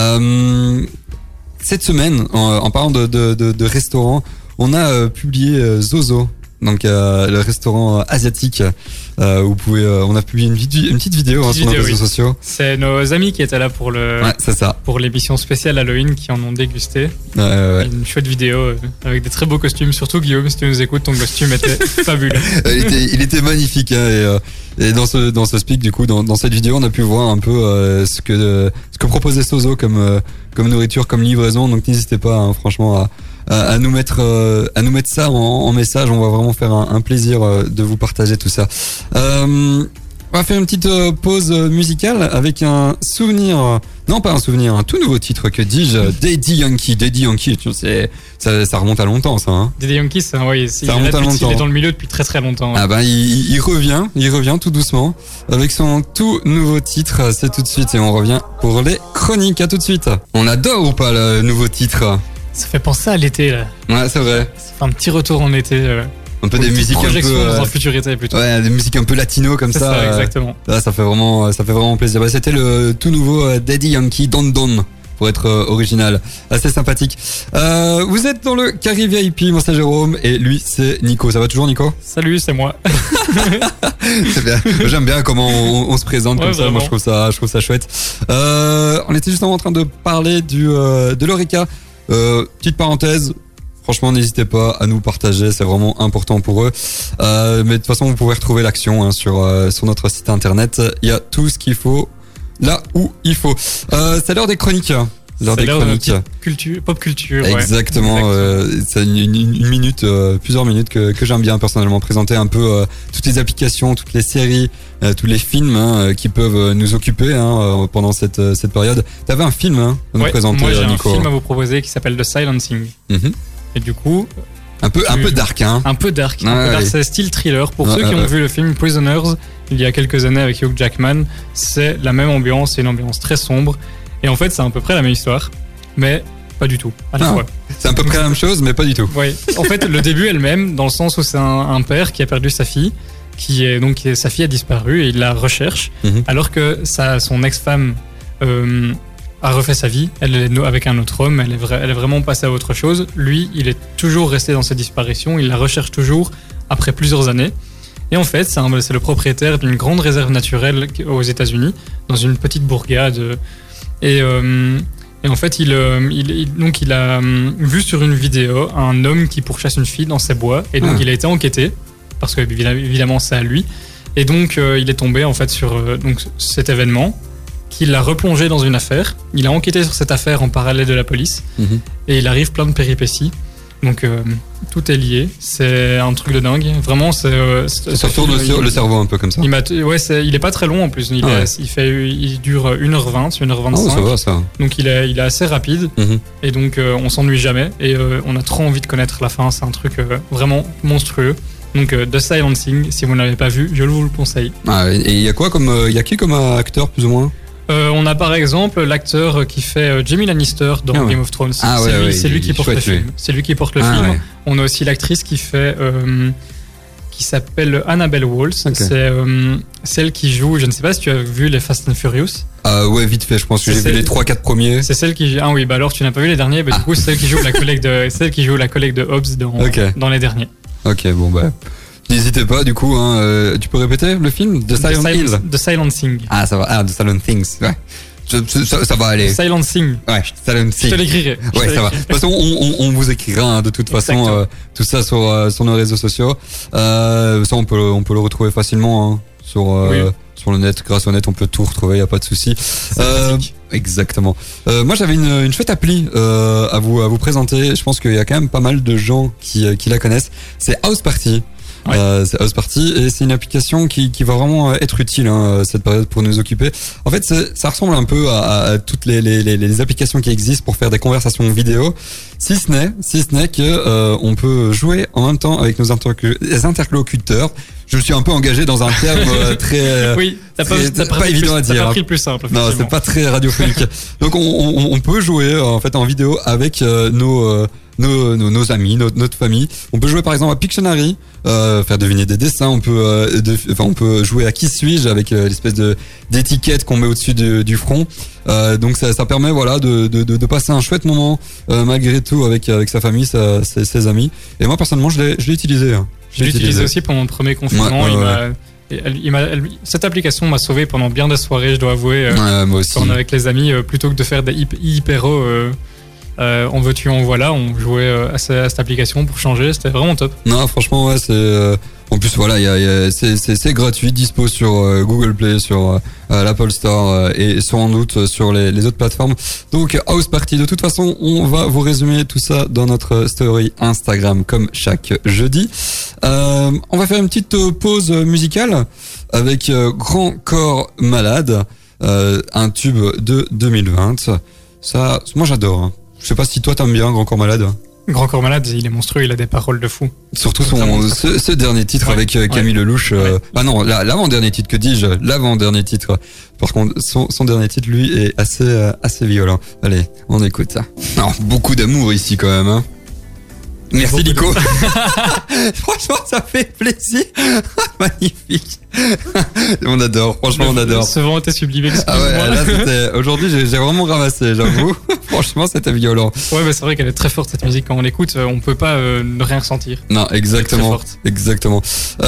Euh, cette semaine, en, en parlant de de, de, de restaurants, on a euh, publié euh, Zozo. Donc euh, le restaurant asiatique euh, où vous pouvez, euh, on a publié une, vid- une petite vidéo hein, sur nos réseaux
oui.
sociaux.
C'est nos amis qui étaient là pour le
ouais, c'est ça.
pour l'émission spéciale Halloween qui en ont dégusté.
Ouais, ouais.
Une chouette vidéo euh, avec des très beaux costumes. Surtout Guillaume, si tu nous écoutes, ton costume était fabuleux.
il, était, il était magnifique hein, et, euh, et dans ce dans ce speak du coup dans, dans cette vidéo on a pu voir un peu euh, ce que euh, ce que proposait Sozo comme euh, comme nourriture, comme livraison. Donc n'hésitez pas hein, franchement à à, à nous mettre euh, à nous mettre ça en, en message. On va vraiment faire un, un plaisir euh, de vous partager tout ça. Euh, on va faire une petite euh, pause musicale avec un souvenir. Non, pas un souvenir, un tout nouveau titre, que dis-je, Daddy Yankee. Daddy Yankee, tu sais, ça, ça remonte à longtemps, ça. Hein.
Daddy Yankee, ça, ouais,
ça
il,
remonte à longtemps.
Il est dans le milieu depuis très très longtemps. Ouais.
Ah bah, il, il revient, il revient tout doucement avec son tout nouveau titre. C'est tout de suite et on revient pour les chroniques. À tout de suite. On adore ou pas le nouveau titre?
Ça fait penser à l'été là.
Ouais, c'est vrai.
Ça fait un petit retour en été. Euh,
un peu des musiques un peu
euh, dans un
futur
été plutôt.
Ouais, des musiques un peu latino comme
c'est
ça.
ça
euh,
exactement.
Là, ça fait vraiment, ça fait vraiment plaisir. Bah, c'était le tout nouveau Daddy Yankee, Don Don. pour être euh, original. Assez sympathique. Euh, vous êtes dans le Carré V I P, moi c'est Jérôme et lui c'est Nico. Ça va toujours Nico?
Salut, c'est moi.
C'est bien. J'aime bien comment on, on se présente
Ouais,
comme ça.
vraiment.
Moi je trouve ça, je trouve ça chouette. Euh, on était justement en train de parler du euh, de l'Oreca. Euh, petite parenthèse. Franchement, n'hésitez pas à nous partager, c'est vraiment important pour eux. Euh, mais de toute façon, vous pouvez retrouver l'action hein, sur euh, sur notre site internet. Il y a tout ce qu'il faut là où il faut. Euh, c'est l'heure des chroniques. L'heure
C'est
des
l'heure de
chroniques.
notre petite culture, pop culture. ouais.
Exactement.
Exactement.
Euh, c'est une, une- une minute, euh, plusieurs minutes que, que j'aime bien personnellement présenter un peu euh, toutes les applications, toutes les séries, euh, tous les films hein, qui peuvent euh, nous occuper hein, euh, pendant cette euh, cette période. T'avais un film hein, à nous
Ouais,
présenter,
moi j'ai un
Nico.
film à vous proposer qui s'appelle The Silencing.
Mhm.
Et du coup,
Un peu un
Tu-
peu dark hein.
un peu dark.
Ouais,
un peu dark,
ouais.
c'est style thriller. Pour
Ouais,
ceux qui
ouais,
ont
ouais.
vu le film Prisoners il y a quelques années avec Hugh Jackman, c'est la même ambiance, c'est une ambiance très sombre. Et en fait, c'est à peu près la même histoire, mais pas du tout, à la
Ah.
fois.
C'est à peu près la même chose, mais pas du tout.
Oui. En fait, le début est le même, dans le sens où c'est un, un père qui a perdu sa fille, qui est donc qui est- sa fille a disparu et il la recherche,
Mhm.
alors que sa, son ex-femme euh, a refait sa vie. Elle est no- avec un autre homme, elle est, vra- elle est vraiment passée à autre chose. Lui, il est toujours resté dans cette disparition, il la recherche toujours après plusieurs années. Et en fait, c'est un- c'est le propriétaire d'une grande réserve naturelle aux États-Unis, dans une petite bourgade. Et, euh, et en fait, il, euh, il, il- donc il a euh, vu sur une vidéo un homme qui pourchasse une fille dans ses bois. Et donc,
Ah.
il a été enquêté, parce que évidemment, évidemment, c'est à lui. Et donc, euh, il est tombé en fait sur euh, donc, cet événement, qu'il l'a replongé dans une affaire. Il a enquêté sur cette affaire en parallèle de la police.
Mhm.
Et il arrive plein de péripéties. Donc, euh, tout est lié. C'est un truc de dingue. Vraiment, c'est. euh, c'est-
Ça
ce
tourne le,
film, il-
le cerveau un peu comme ça.
il m'a t- ouais, c'est- il est pas très long en plus. Il,
Ah ouais.
est- il, fait, il dure une heure vingt, une heure
Oh,
vingt-cinq.
ça va ça.
Donc il est, il est assez rapide.
Mhm.
Et donc euh, on s'ennuie jamais. Et euh, on a trop envie de connaître la fin. C'est un truc euh, vraiment monstrueux. Donc euh, The Silencing, si vous ne l'avez pas vu, je vous le conseille.
Ah, et il y a quoi comme euh, il y a qui comme euh, acteur plus ou moins?
Euh, on a par exemple l'acteur qui fait euh, Jamie Lannister dans
Ah ouais.
Game of Thrones.
Ah
c'est
ouais,
lui,
ouais,
c'est
il
lui
est
qui porte
chouette,
le
lui.
film. C'est lui qui porte le
Ah
film.
ouais.
On a aussi l'actrice qui fait. euh, qui s'appelle Annabelle Walls.
Ok.
C'est euh, celle qui joue. Je ne sais pas si tu as vu les Fast and Furious.
Ah ouais, vite fait, je pense que j'ai
C'est-
vu les trois quatre premiers.
C'est celle qui. Ah oui, bah alors tu n'as pas vu les derniers. Bah,
Ah.
Du coup, c'est celle qui joue la collègue de. c'est celle qui joue la collègue de Hobbs dans,
Ok.
dans les derniers.
OK, bon bah n'hésitez pas du coup hein, euh, tu peux répéter le film The Silent
The
Hill.
Silence- The Silencing.
Ah ça va. Ah The Silent Things. Ouais. Je- ça, ça va aller.
Silencing.
Ouais, Silent
Je te
Things.
l'écrirai. Je te
Ouais, ça va. De
l'écrirai.
toute façon, on, on, on vous écrira hein, de toute façon
Exactement.
euh, tout ça sur euh, sur nos réseaux sociaux. Euh, ça, on peut on peut le retrouver facilement hein, sur euh,
Oui.
sur le net. Grâce au net, on peut tout retrouver, y a pas de souci. Euh,
pratique.
exactement. Euh, moi, j'avais une, une chouette appli euh, à vous à vous présenter. Je pense qu'il y a quand même pas mal de gens qui euh, qui la connaissent. C'est House Party.
Ouais.
Euh, c'est House Party et c'est une application qui, qui va vraiment euh, être utile hein, cette période pour nous occuper. En fait, c'est- ça ressemble un peu à, à toutes les, les, les, les applications qui existent pour faire des conversations vidéo, si ce n'est si ce n'est que euh, on peut jouer en même temps avec nos interlocu- les interlocuteurs. Je me suis un peu engagé dans un terme euh, très euh,
Oui, t'as pas,
c'est
t'as
pas
pris le
évident
plus-
à
t'as
dire,
pas
hein.
pris le plus simple.
non, c'est
effectivement.
pas très radiophonique. Donc on, on, on peut jouer euh, en fait en vidéo avec euh, nos, euh, nos, nos nos amis, notre, notre famille. On peut jouer par exemple à Pictionary, euh, faire deviner des dessins. On peut euh, de- enfin on peut jouer à Qui suis-je avec euh, l'espèce de d'étiquette qu'on met au-dessus du, du front. Euh, donc ça, ça permet voilà de, de, de, de passer un chouette moment euh, malgré tout avec avec sa famille, sa, ses, ses amis. Et moi personnellement je l'ai je l'ai utilisé. hein.
Je l'ai utilisé aussi pendant le premier confinement.
Ouais, ouais,
il
ouais.
m'a- et elle- il m'a- elle- cette application m'a sauvé pendant bien des soirées, je dois avouer. euh,
Ouais, moi aussi.
Quand on est avec les amis, euh, plutôt que de faire des hyp- hyperos, euh, euh, en veux-tu, en voilà, on jouait euh, à, ce- à cette application pour changer. C'était vraiment top.
Non, franchement, ouais, c'est. euh, En plus, voilà, il y a, il y a- c'est, c'est, c'est gratuit, dispo sur euh, Google Play, sur euh, l'Apple Store euh, et sans doute sur les, les autres plateformes. Donc, House Party. De toute façon, on va vous résumer tout ça dans notre story Instagram, comme chaque jeudi. Euh, on va faire une petite euh, pause musicale avec euh, Grand Corps Malade, euh, un tube de deux mille vingt. Ça, moi, j'adore. hein. Je sais pas si toi t'aimes bien Grand Corps Malade.
Grand Corps Malade, il est monstrueux, il a des paroles de fou.
Surtout
Vraiment
son,
très
ce, ce dernier titre
Ouais.
avec euh, Camille Lelouch. euh,
Ouais.
Ah non, la- l'avant-dernier titre, que dis-je L'avant-dernier titre. Par contre, son, son dernier titre, lui, est assez, euh, assez violent. Allez, on écoute ça. Non, beaucoup d'amour ici quand même. Hein. Merci Nico. Franchement, ça fait plaisir. Magnifique. On adore, franchement, on adore.
Ce vent était sublimé.
Ah ouais, là, c'était, aujourd'hui, j'ai, j'ai vraiment ramassé, j'avoue. Franchement, c'était violent.
Ouais, mais c'est vrai qu'elle est très forte, cette musique. Quand on l'écoute, on peut pas euh, ne rien ressentir.
Non, exactement. Exactement.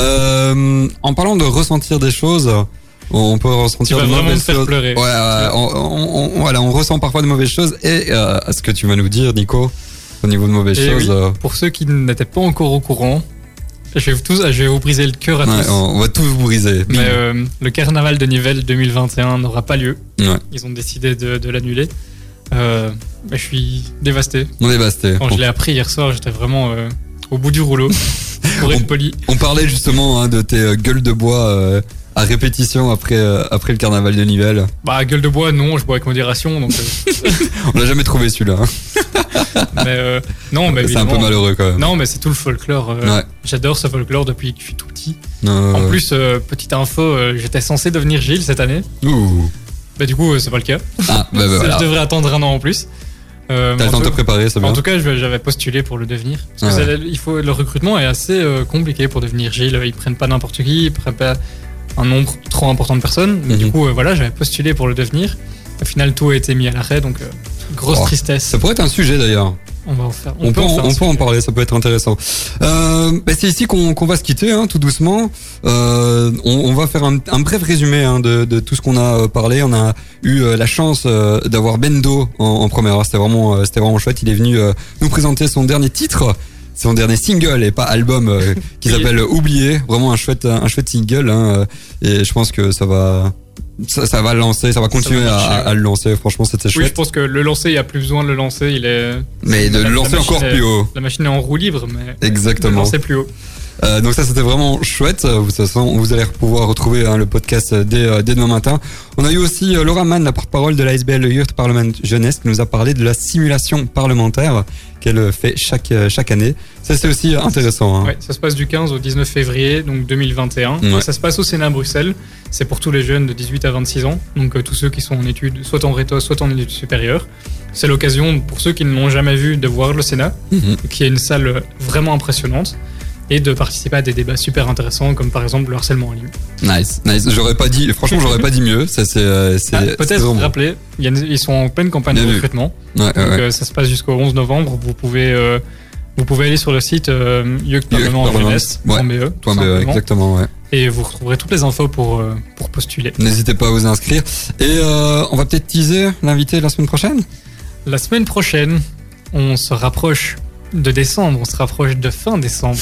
Euh, en parlant de ressentir des choses, on peut ressentir
de
mauvaises choses.
Tu vas vraiment me faire pleurer.
Ouais, euh, on, on, on, voilà, on ressent parfois de mauvaises choses. Et euh, ce que tu vas nous dire, Nico, au niveau de mauvaises
et
choses.
Oui,
euh...
Pour ceux qui n'étaient pas encore au courant, je vais, tous, je vais vous briser le cœur à
ouais,
tous.
On va tous vous briser.
Mais euh, le carnaval de Nivelles deux mille vingt et un n'aura pas lieu.
Ouais.
Ils ont décidé de, de l'annuler. Euh, je suis dévasté.
On est dévasté.
Quand
on...
je l'ai appris hier soir, j'étais vraiment euh, au bout du rouleau. Pour être
on,
poli.
On parlait justement hein, de tes euh, gueules de bois euh, à répétition après, euh, après le carnaval de Nivelles.
Bah, gueule de bois, non, je bois avec modération. Donc, euh...
on l'a jamais trouvé celui-là. Hein.
mais euh, non, mais
c'est un peu malheureux quand même.
Non, mais c'est tout le folklore. Euh,
ouais.
J'adore ce folklore depuis que je suis tout petit.
Euh...
En plus, euh, petite info, euh, j'étais censé devenir Gilles cette année.
Ouh.
Bah, du coup, euh, c'est pas le cas.
Ah, bah, bah, voilà.
Je devrais attendre un an en plus.
Euh, T'as le temps de te préparer, c'est bien.
En tout cas, j'avais postulé pour le devenir. Parce que ah ouais. il faut, le recrutement est assez euh, compliqué pour devenir Gilles. Ils prennent pas n'importe qui, ils prennent pas un nombre trop important de personnes. Mais mm-hmm. du coup, euh, voilà, j'avais postulé pour le devenir. Au final, tout a été mis à l'arrêt, donc euh, grosse oh, tristesse.
Ça pourrait être un sujet d'ailleurs.
On va en faire. On,
on
peut,
peut,
en,
en, on peut en parler, ça peut être intéressant. Euh, bah c'est ici qu'on, qu'on va se quitter, hein, tout doucement. Euh, on, on va faire un, un bref résumé hein, de, de tout ce qu'on a parlé. On a eu euh, la chance euh, d'avoir Bendo en, en première heure. C'était vraiment, euh, c'était vraiment chouette. Il est venu euh, nous présenter son dernier titre, son dernier single et pas album, euh, qui s'appelle Oublié. Vraiment un chouette, un chouette single. Hein, et je pense que ça va. Ça, ça va le lancer, ça va continuer ça va marcher, à, à le lancer. Franchement, c'était chouette.
Oui, je pense que le lancer, il n'y a plus besoin de le lancer. Il est.
Mais de le lancer encore
est,
plus haut.
La machine est en roue libre, mais.
Exactement.
De le lancer plus haut.
Euh, donc ça, c'était vraiment chouette. De toute façon, vous allez pouvoir retrouver hein, le podcast dès, dès demain matin. On a eu aussi euh, Laura Mann, la porte-parole de l'A S B L Youth Parliament Jeunesse, qui nous a parlé de la simulation parlementaire qu'elle fait chaque chaque année. Ça, c'est aussi intéressant. Hein.
Ouais, ça se passe du quinze au dix-neuf février, donc deux mille vingt et un.
Ouais.
Et ça se passe au Sénat à Bruxelles. C'est pour tous les jeunes de dix-huit à vingt-six ans, donc euh, tous ceux qui sont en études, soit en réto, soit en études supérieures. C'est l'occasion pour ceux qui ne l'ont jamais vu de voir le Sénat, mm-hmm. qui est une salle vraiment impressionnante, et de participer à des débats super intéressants, comme par exemple le harcèlement en ligne.
Nice, nice. J'aurais pas dit, franchement, j'aurais pas dit mieux. Ça, c'est, euh, c'est,
ah, peut-être
c'est vraiment...
rappeler, il y a une, ils sont en pleine campagne Bien de recrutement.
Ouais,
donc
ouais.
Euh, ça se passe jusqu'au onze novembre. Vous pouvez, euh, vous pouvez aller sur le site euh, youth parlement jeunesse point b e.
Exactement, ouais.
Et vous retrouverez toutes les infos pour, euh, pour postuler.
N'hésitez pas à vous inscrire. Et euh, on va peut-être teaser l'invité la semaine prochaine.
La semaine prochaine, on se rapproche de décembre, on se rapproche de fin décembre.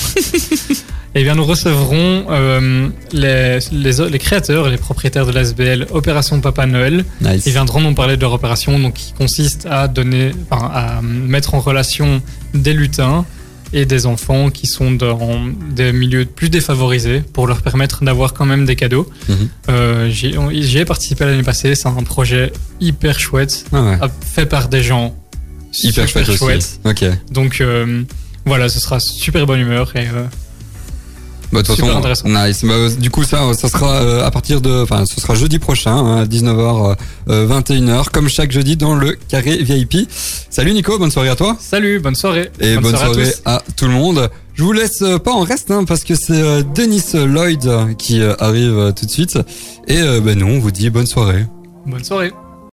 Eh bien, nous recevrons euh, les, les, les créateurs et les propriétaires de l'A S B L Opération Papa Noël.
Nice.
Ils viendront nous parler de leur opération, donc qui consiste à donner, enfin, à mettre en relation des lutins et des enfants qui sont dans des milieux plus défavorisés pour leur permettre d'avoir quand même des cadeaux. Mm-hmm. Euh, j'y, j'y ai participé l'année passée. C'est un projet hyper chouette,
ah ouais.
fait par des gens
hyper
super
chouette.
chouettes.
Ok.
Donc euh, voilà, ce sera super bonne humeur et euh,
bah, de toute façon, nice. Bah, du coup, ça, ça sera euh, à partir de, enfin, ce sera jeudi prochain, hein, dix-neuf heures, euh, vingt et une heures, comme chaque jeudi dans le carré V I P. Salut Nico, bonne soirée à toi.
Salut, bonne soirée.
Et bonne, bonne soirée, soirée à, à tout le monde. Je vous laisse euh, pas en reste, hein, parce que c'est euh, Denis Lloyd qui euh, arrive euh, tout de suite. Et euh, ben nous, on vous dit bonne soirée.
Bonne soirée.